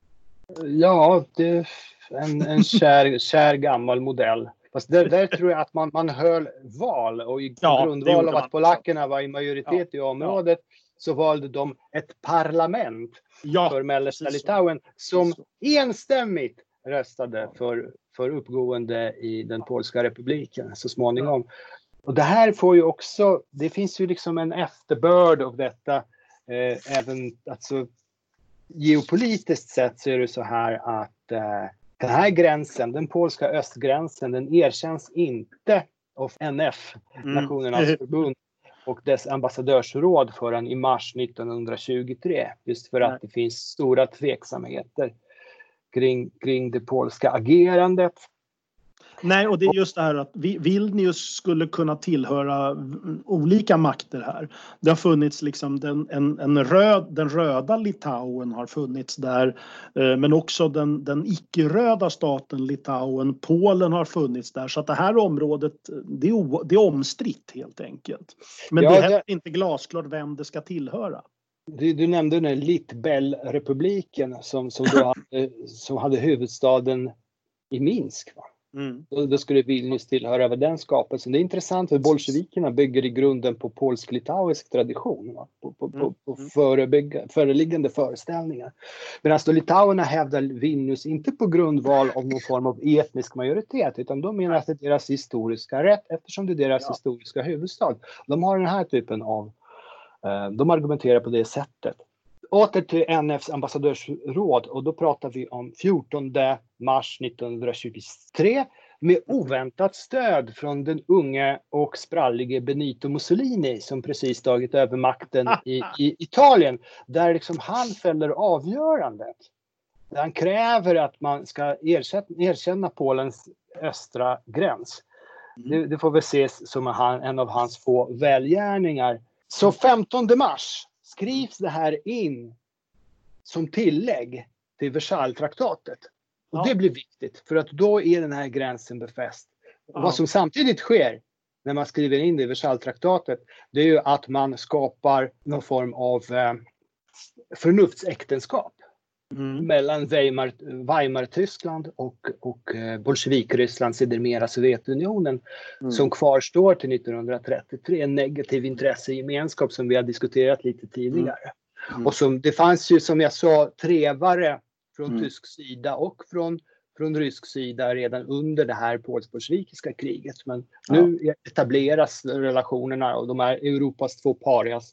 Ja, det är en kär gammal modell. Fast där tror jag att man höll val, och i grundval av att polackerna var i majoritet i området så valde de ett parlament för mellersta Litauen som enstämmigt röstade för uppgående i den polska republiken så småningom. Och det här får ju också, det finns ju liksom en efterbörd av detta. Även alltså, geopolitiskt sett så är det så här att den här gränsen, den polska östgränsen, den erkänns inte av NF, Nationernas förbund, och dess ambassadörsråd förrän i mars 1923. Just för att det finns stora tveksamheter kring det polska agerandet. Nej, och det är just det här att Vilnius skulle kunna tillhöra olika makter här. Det har funnits liksom den röda Litauen har funnits där, men också den icke-röda staten Litauen, Polen har funnits där. Så att det här området, det är omstritt helt enkelt. Men det är inte glasklart vem det ska tillhöra. Du nämnde den Litbel-republiken som hade huvudstaden i Minsk, va? Då skulle Vilnius tillhöra den skapelsen. Det är intressant för bolsjevikerna bygger i grunden på polsk-litauisk tradition, va? På föreliggande föreställningar. Medan då litauerna hävdar Vilnius inte på grundval av någon form av etnisk majoritet, utan de menar att det är deras historiska rätt eftersom det är deras historiska huvudstad. De har den här typen av, de argumenterar på det sättet. åter till NFs ambassadörsråd, och då pratar vi om 14 mars 1923 med oväntat stöd från den unge och sprallige Benito Mussolini som precis tagit över makten i Italien, där liksom han fäller avgörandet. Där han kräver att man ska erkänna Polens östra gräns. Det får väl ses som en av hans få välgärningar. Så 15 mars skrivs det här in som tillägg till Versaillestraktatet. Och det blir viktigt, för att då är den här gränsen befäst. Och vad som samtidigt sker när man skriver in det i Versaillestraktatet, det är ju att man skapar någon form av förnuftsäktenskap mellan Weimar-Tyskland och Bolsjevik-Ryssland, sedermera Sovjetunionen, som kvarstår till 1933. En negativ intressegemenskap som vi har diskuterat lite tidigare. Och som, det fanns ju, som jag sa, trevare från tysk sida och från rysk sida redan under det här polsk-bolsjevikiska kriget. Men nu etableras relationerna, och de här Europas två parias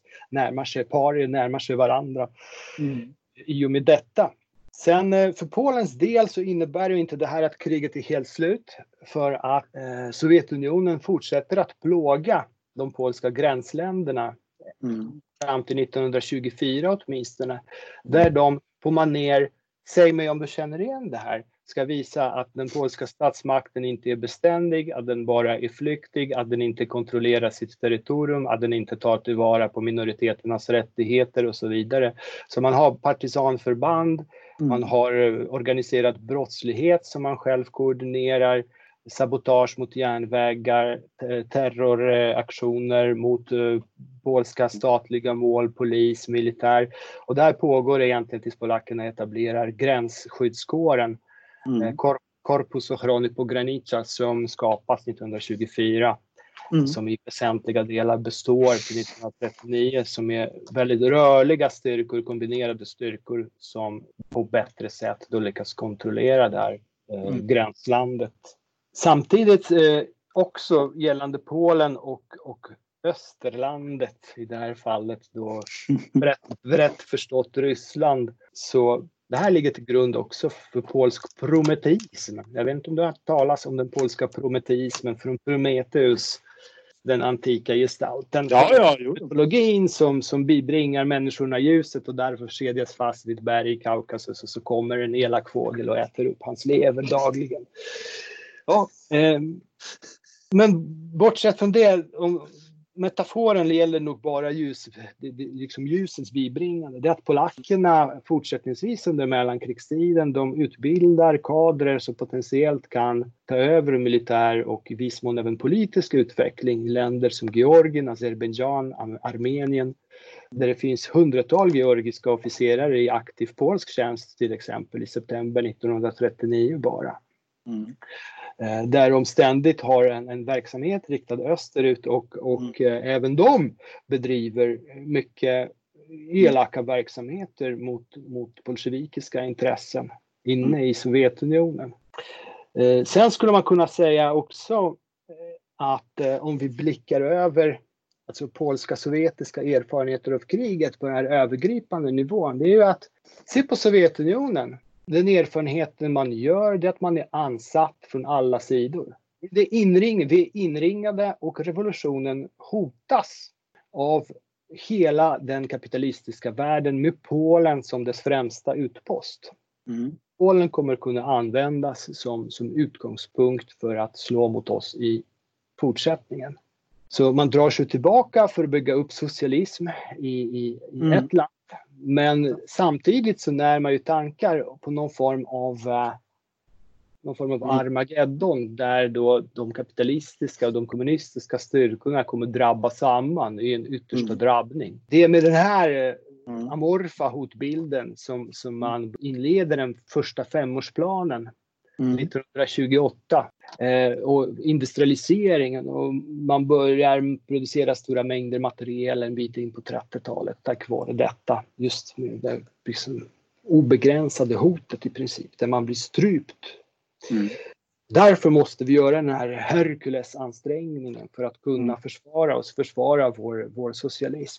närmar sig varandra i och med detta. Sen för Polens del så innebär ju inte det här att kriget är helt slut, för att Sovjetunionen fortsätter att plåga de polska gränsländerna fram till 1924 åtminstone, där de på maner, säg mig om du känner igen det här, ska visa att den polska statsmakten inte är beständig, att den bara är flyktig, att den inte kontrollerar sitt territorium, att den inte tar tillvara på minoriteternas rättigheter och så vidare. Så man har partisanförband, man har organiserad brottslighet som man själv koordinerar, sabotage mot järnvägar, terroraktioner mot polska statliga mål, polis, militär. Och där pågår det egentligen tills polackerna etablerar gränsskyddskåren, Korpus Ochrony Pogranicza, som skapas 1924. Som i väsentliga delar består till 1939, som är väldigt rörliga styrkor, kombinerade styrkor som på bättre sätt då lyckas kontrollera det här gränslandet. Samtidigt också gällande Polen och Österlandet, i det här fallet då brett förstått Ryssland, så det här ligger till grund också för polsk prometeism. Jag vet inte om du har hört talas om den polska prometeismen från Prometheus, den antika gestalten. Mytologin som bibringar människorna ljuset, och därför kedjas fast vid ett berg i Kaukasus, och så kommer en elak fågel och äter upp hans lever dagligen. Ja, men bortsett från det, metaforen gäller nog bara liksom ljusets bibringande. Det är att polackerna fortsättningsvis under mellankrigstiden, de utbildar kadrer som potentiellt kan ta över militär och i viss mån även politisk utveckling i länder som Georgien, Azerbaijan, Armenien, där det finns hundratals georgiska officerare i aktiv polsk tjänst, till exempel i september 1939 bara. Där de ständigt har en verksamhet riktad österut, och även de bedriver mycket elaka verksamheter mot bolsjevikiska intressen inne i Sovjetunionen. Sen skulle man kunna säga också att om vi blickar över alltså polska sovjetiska erfarenheter av kriget på den här övergripande nivån, det är ju att se på Sovjetunionen. Den erfarenheten man gör, det är att man är ansatt från alla sidor. Vi är inringade, och revolutionen hotas av hela den kapitalistiska världen med Polen som dess främsta utpost. Polen kommer kunna användas som utgångspunkt för att slå mot oss i fortsättningen. Så man drar sig tillbaka för att bygga upp socialism i ett land. Men samtidigt så när man ju tankar på någon form av Armageddon, där då de kapitalistiska och de kommunistiska styrkorna kommer drabba samman i en yttersta drabbning. Det är med den här amorfa hotbilden som man inleder den första femårsplanen 1928 och industrialiseringen, och man börjar producera stora mängder material en bit in på 30-talet tack vare detta, just med det liksom obegränsade hotet i princip, där man blir strypt. Därför måste vi göra den här Herkulesansträngningen för att kunna försvara vår socialism.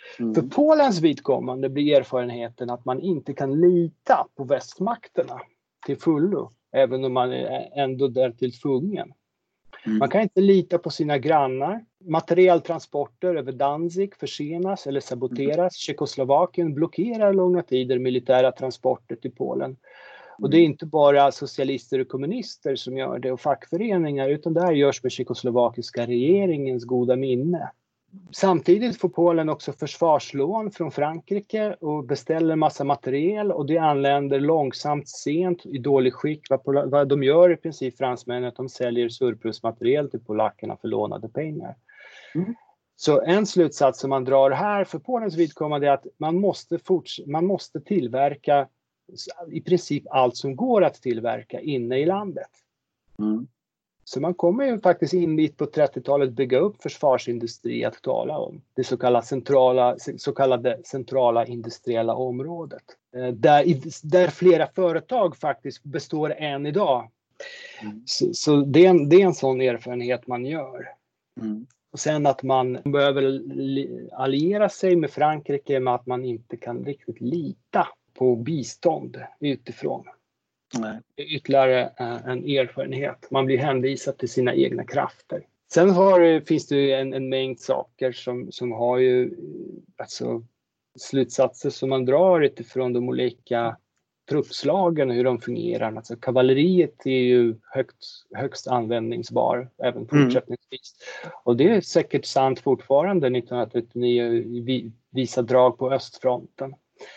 För Polens vidkommande blir erfarenheten att man inte kan lita på västmakterna till fullo, även om man är ändå därtill tvungen. Man kan inte lita på sina grannar. Materialtransporter över Danzig försenas eller saboteras. Tjeckoslovakien blockerar långa tider militära transporter till Polen. Och det är inte bara socialister och kommunister som gör det och fackföreningar, utan det här görs med tjeckoslovakiska regeringens goda minne. Samtidigt får Polen också försvarslån från Frankrike och beställer massa materiel, och det anländer långsamt, sent, i dålig skick. Vad de gör i princip, fransmännen, att de säljer surplusmateriel till polackerna för lånade pengar. Så en slutsats som man drar här för Polens vidkommande är att man måste tillverka i princip allt som går att tillverka inne i landet. Så man kommer ju faktiskt in bit på 30-talet bygga upp försvarsindustri att tala om. Det så kallade centrala industriella området. Där flera företag faktiskt består än idag. Så det är en sån erfarenhet man gör. Och sen att man behöver alliera sig med Frankrike, med att man inte kan riktigt lita på bistånd utifrån. Nej. Det är ytterligare en erfarenhet. Man blir hänvisad till sina egna krafter. Sen finns det en mängd saker som har ju alltså slutsatser som man drar utifrån de olika truppslagen och hur de fungerar. Alltså kavalleriet är ju högst användningsbar även fortsättningsvis. Och det är säkert sant fortfarande 1939 visa drag på östfronten.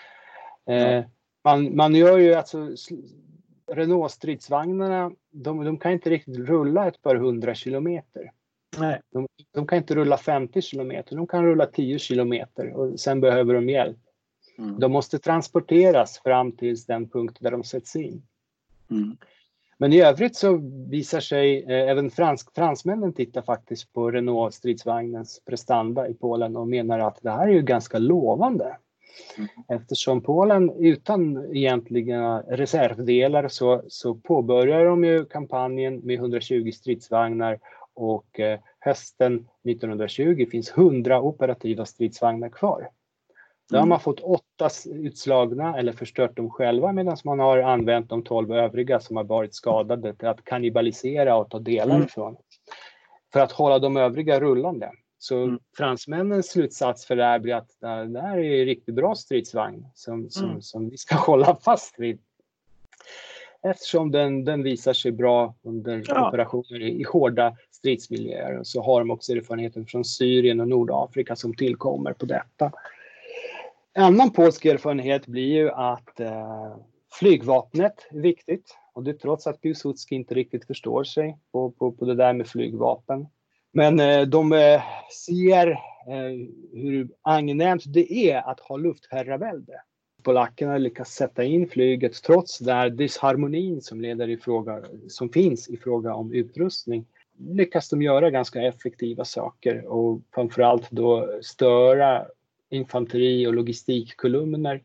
Man gör ju alltså Renault-stridsvagnarna, de kan inte riktigt rulla ett par 100 kilometer. Nej. De kan inte rulla 50 kilometer, de kan rulla 10 kilometer och sen behöver de hjälp. De måste transporteras fram till den punkt där de sätts in. Men i övrigt så visar sig, även fransmännen tittar faktiskt på Renault-stridsvagnens prestanda i Polen och menar att det här är ju ganska lovande. Eftersom Polen utan egentliga reservdelar så påbörjar de ju kampanjen med 120 stridsvagnar, och hösten 1920 finns 100 operativa stridsvagnar kvar. Då har man fått 8 utslagna eller förstört dem själva, medan man har använt de 12 övriga som har varit skadade till att kannibalisera och ta delar ifrån. För att hålla de övriga rullande. Så fransmännens slutsats för det här blir att det här är en riktigt bra stridsvagn som vi ska hålla fast vid. Eftersom den visar sig bra under operationer i hårda stridsmiljöer. Så har de också erfarenheten från Syrien och Nordafrika som tillkommer på detta. En annan polsk erfarenhet blir ju att flygvapnet är viktigt. Och det trots att Piłsudski inte riktigt förstår sig på det där med flygvapen. Men de ser hur angenämt det är att ha luftherravälde. Polackerna lyckas sätta in flyget trots den disharmonin som finns i fråga om utrustning. Lyckas de göra ganska effektiva saker och framförallt då störa infanteri- och logistikkolumner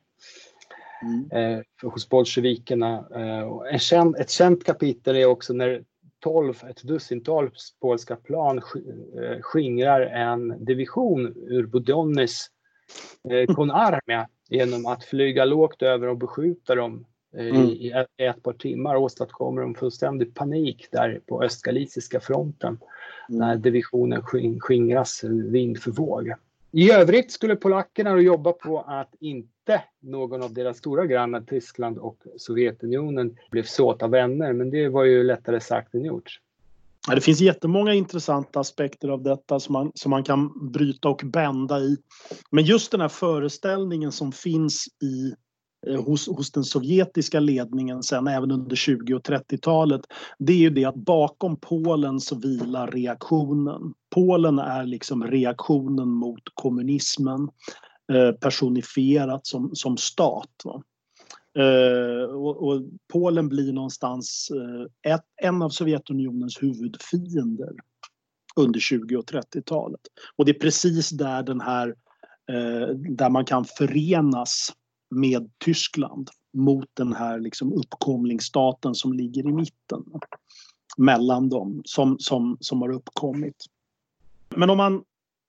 hos bolsjevikerna. Ett känt kapitel är också när ett dussintal polska plan skingrar en division ur Budonis konarmia genom att flyga lågt över och beskjuta dem i ett par timmar, och åstadkommer de fullständig panik där på östgaliciska fronten när divisionen skingras vind för våg. I övrigt skulle polackerna jobba på att inte någon av deras stora grannar, Tyskland och Sovjetunionen, blev såta vänner, men det var ju lättare sagt än gjort. Ja, det finns jättemånga intressanta aspekter av detta som man kan bryta och bända i. Men just den här föreställningen som finns hos den sovjetiska ledningen sen även under 20- och 30-talet, det är ju det att bakom Polen så vilar reaktionen. Polen är liksom reaktionen mot kommunismen personifierat som stat. Va? Och Polen blir någonstans en av Sovjetunionens huvudfiender under 20- och 30-talet. Och det är precis där där man kan förenas med Tyskland mot den här liksom uppkomlingsstaten som ligger i mitten mellan dem som har uppkommit. Men om man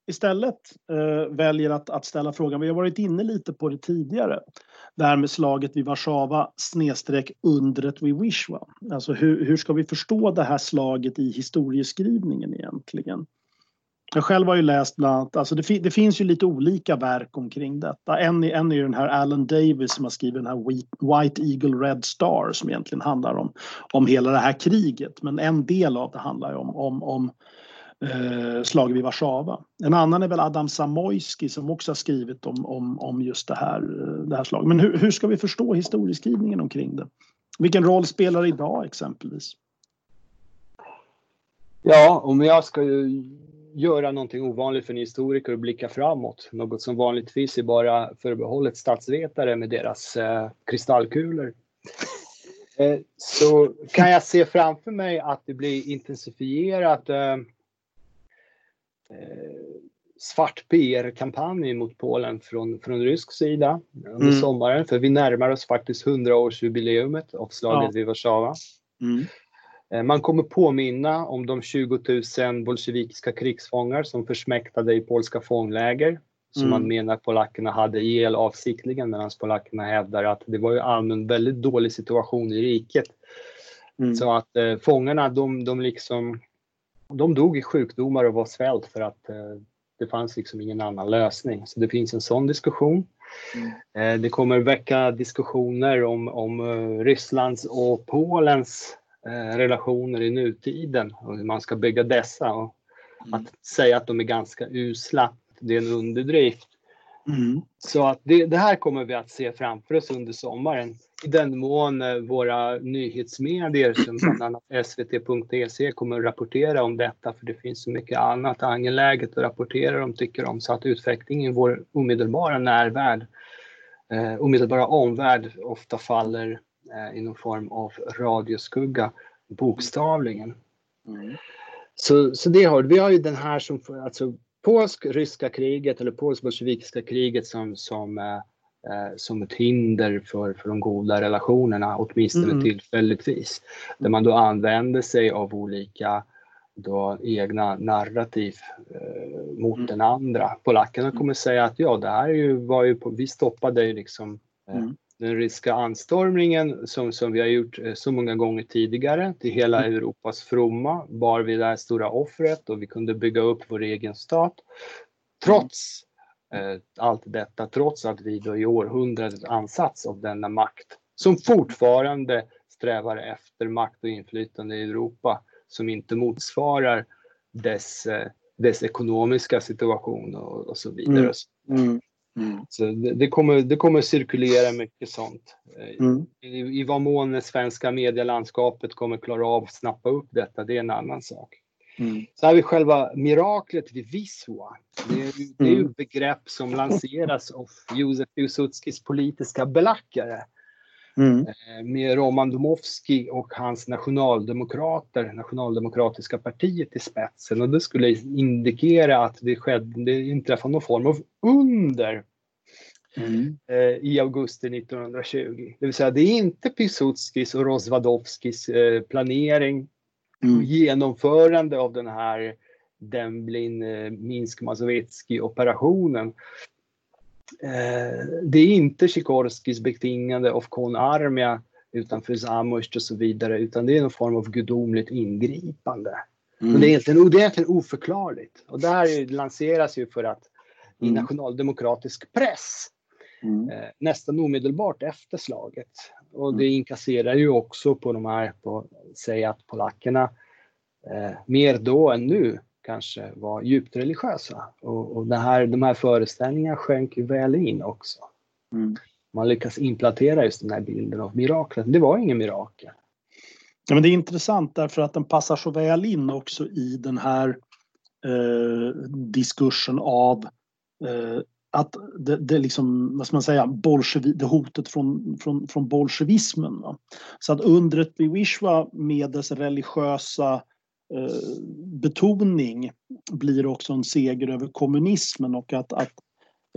istället väljer att ställa frågan, vi har varit inne lite på det tidigare, det här med slaget vid Warszawa / undret vid Wisła. Alltså hur ska vi förstå det här slaget i historieskrivningen egentligen? Jag själv har ju läst bland annat, alltså det finns ju lite olika verk omkring detta. En är ju den här Alan Davis som har skrivit den här White Eagle Red Star som egentligen handlar om hela det här kriget. Men en del av det handlar ju om slaget vid Warszawa. En annan är väl Adam Zamoyski som också har skrivit om just det här slaget. Men hur ska vi förstå historieskrivningen omkring det? Vilken roll spelar det idag exempelvis? Ja, om jag ska göra någonting ovanligt för en historiker och blicka framåt, något som vanligtvis är bara förbehållet statsvetare med deras kristallkulor, så kan jag se framför mig att det blir intensifierat svart PR-kampanj mot Polen från rysk sida under sommaren, för vi närmar oss faktiskt 100-årsjubileumet av slaget vid Warszawa. Man kommer påminna om de 20 000 bolsjevikiska krigsfångar som försmäktade i polska fångläger. Som man menar polackerna hade ihjäl avsiktligen, medan polackerna hävdar att det var ju allmän väldigt dålig situation i riket. Så att fångarna, de dog i sjukdomar och var svält för att det fanns liksom ingen annan lösning. Så det finns en sån diskussion. Det kommer väcka diskussioner om Rysslands och Polens relationer i nutiden och hur man ska bygga dessa, och att säga att de är ganska usla, det är en underdrift. Så att det här kommer vi att se framför oss under sommaren, i den mån våra nyhetsmedier som bland annat svt.se kommer att rapportera om detta, för det finns så mycket annat angeläget att rapportera om, tycker om, så att utvecklingen i vår omedelbara omvärld ofta faller i någon form av radioskugga, bokstavligen. Så det vi har ju den här som, alltså polsk-ryska kriget eller polsk-bolsjevikiska kriget som ett hinder för de goda relationerna, åtminstone tillfälligtvis. Där man då använder sig av olika egna narrativ mot den andra. Polackerna kommer säga att det här vi stoppade ju liksom den ryska anstormningen som vi har gjort så många gånger tidigare till hela Europas fromma, bar vi det här stora offret och vi kunde bygga upp vår egen stat. Trots allt detta, trots att vi då i århundradet ansats av denna makt som fortfarande strävar efter makt och inflytande i Europa som inte motsvarar dess ekonomiska situation och så vidare. Så det kommer cirkulera mycket sånt. I vad mån det svenska medielandskapet kommer klara av att snappa upp detta, det är en annan sak. Så har vi själva miraklet vid Wisła. Det är ju ett begrepp som lanseras av Józef Piłsudskis politiska belackare. Med Roman Dmowski och hans nationaldemokratiska partiet i spetsen. Och det skulle indikera att det inträffade någon form av under i augusti 1920. Det vill säga, det är inte Piłsudskis och Rozwadowskis planering och genomförande av den här Demblin-Minsk-Mazowiecki-operationen. Det är inte Sikorskis betingande av Konarmia utanför Zamość och så vidare, utan det är någon form av gudomligt ingripande. Och det är egentligen oförklarligt. Och det här lanseras ju för att i nationaldemokratisk press nästan omedelbart efter slaget. Och det inkasserar ju också på de här, säga att polackerna mer då än nu kanske var djupt religiösa. Och de här föreställningarna sjönk ju väl in också. Man lyckas implantera just den här bilden av miraklet. Det var ingen mirakel. Ja, men det är intressant därför att den passar så väl in också i den här diskursen av att det liksom, vad ska man säga, det hotet från bolsjevismen. Va? Så att undret vid Wisła med dess religiösa betoning blir också en seger över kommunismen, och att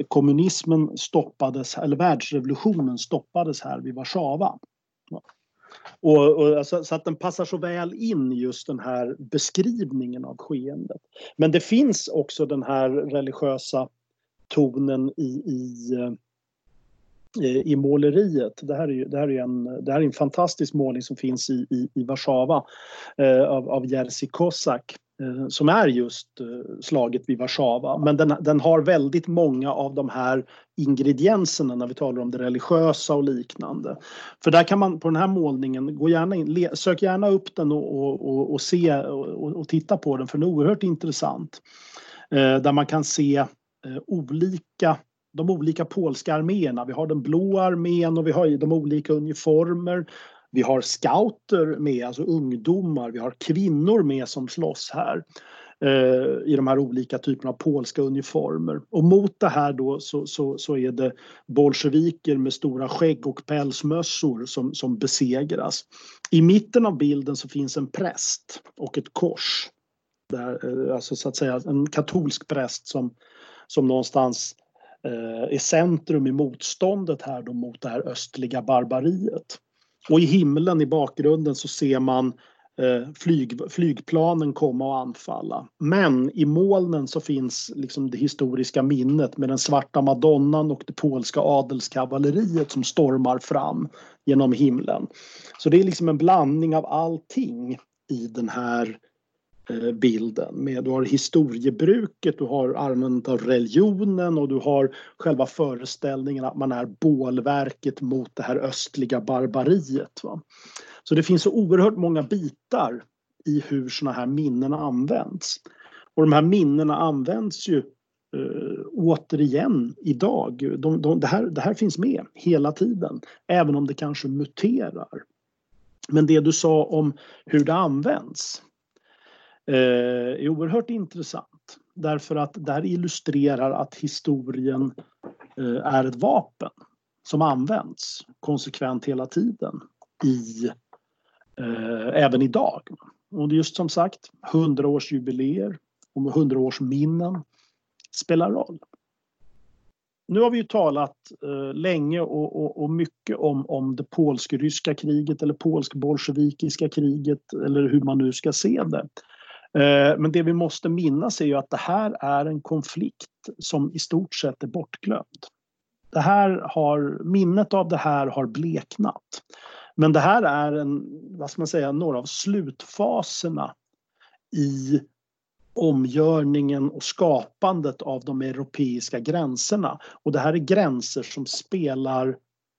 kommunismen stoppades, eller världsrevolutionen stoppades här vid Warszawa. Så att den passar så väl in just den här beskrivningen av skeendet. Men det finns också den här religiösa tonen i måleriet. Det här är en fantastisk målning som finns i Warszawa av Jerzy Kozak, som är just slaget vid Warszawa. Men den har väldigt många av de här ingredienserna när vi talar om det religiösa och liknande. För där kan man på den här målningen, sök gärna upp den och se och titta på den, för den är oerhört intressant. Där man kan se de olika polska arméerna. Vi har den blå armén och vi har de olika uniformer. Vi har scouter med, alltså ungdomar. Vi har kvinnor med som slåss här i de här olika typerna av polska uniformer. Och mot det här då så är det bolsjeviker med stora skägg och pälsmössor som besegras. I mitten av bilden så finns en präst och ett kors. Där, alltså så att säga en katolsk präst som någonstans är centrum i motståndet här då mot det här östliga barbariet. Och i himlen i bakgrunden så ser man flygplanen komma och anfalla. Men i molnen så finns liksom det historiska minnet med den svarta madonnan och det polska adelskavalleriet som stormar fram genom himlen. Så det är liksom en blandning av allting i den här bilden. Du har historiebruket, du har användandet av religionen och du har själva föreställningen att man är bålverket mot det här östliga barbariet. Va? Så det finns så oerhört många bitar i hur såna här minnen används. Och de här minnena används ju återigen idag. Det här finns med hela tiden, även om det kanske muterar. Men det du sa om hur det används är oerhört intressant. Därför att där illustrerar att historien är ett vapen som används konsekvent hela tiden även idag. Och det är just som sagt 100-årsjubileer och 100-årsminnen spelar roll. Nu har vi ju talat länge och mycket om det polsk-ryska kriget eller polsk-bolsjevikiska kriget eller hur man nu ska se det. Men det vi måste minnas är ju att det här är en konflikt som i stort sett är bortglömd. Minnet av det här har bleknat. Men det här är några av slutfaserna i omgörningen och skapandet av de europeiska gränserna. Och det här är gränser som spelar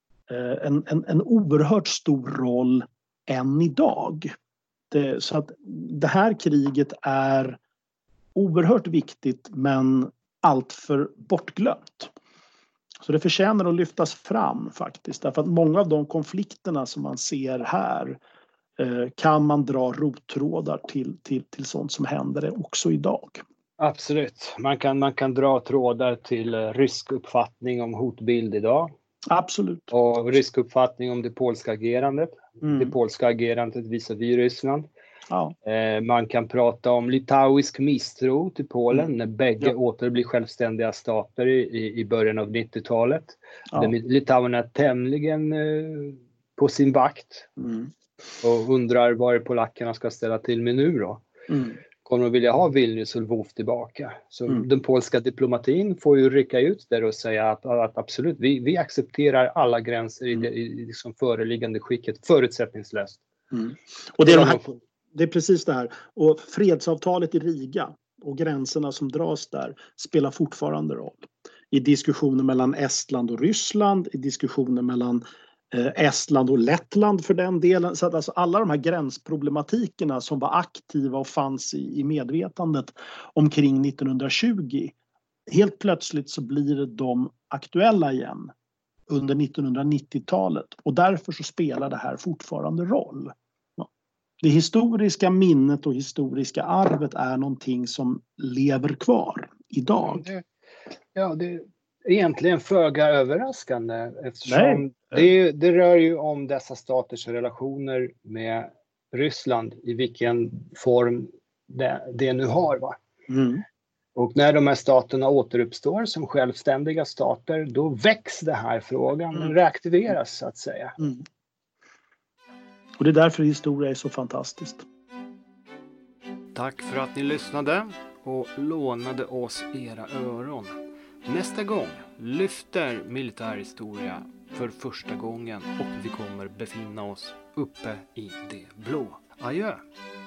en oerhört stor roll än idag. Så att det här kriget är oerhört viktigt men alltför bortglömt. Så det förtjänar att lyftas fram faktiskt. Därför att många av de konflikterna som man ser här kan man dra rottrådar till sånt som händer också idag. Absolut. Man kan dra trådar till rysk uppfattning om hotbild idag. Absolut. Och rysk uppfattning om det polska agerandet. Det polska agerandet visavi Ryssland. Ja. Man kan prata om litauisk misstro till Polen när bägge åter blir självständiga stater i början av 90-talet. Ja. Litauen är tämligen på sin vakt och undrar vad polackerna ska ställa till med nu då. Kommer de vilja ha Vilnius och Lvov tillbaka. Så den polska diplomatin får ju rycka ut där och säga att absolut, vi accepterar alla gränser i det liksom föreliggande skicket förutsättningslöst. Och det är precis det här. Och fredsavtalet i Riga och gränserna som dras där spelar fortfarande roll. I diskussioner mellan Estland och Ryssland, i diskussioner mellan Estland och Lettland för den delen. Så att alltså alla de här gränsproblematikerna som var aktiva och fanns i medvetandet omkring 1920. Helt plötsligt så blir de aktuella igen under 1990-talet. Och därför så spelar det här fortfarande roll. Det historiska minnet och historiska arvet är någonting som lever kvar idag. Ja, det är egentligen föga överraskande eftersom det rör ju om dessa staters relationer med Ryssland i vilken form det nu har. Va? Och när de här staterna återuppstår som självständiga stater, då väcks det här frågan, den reaktiveras så att säga. Och det är därför historia är så fantastiskt. Tack för att ni lyssnade och lånade oss era öron. Nästa gång lyfter militärhistoria för första gången och vi kommer befinna oss uppe i det blå. Adjö!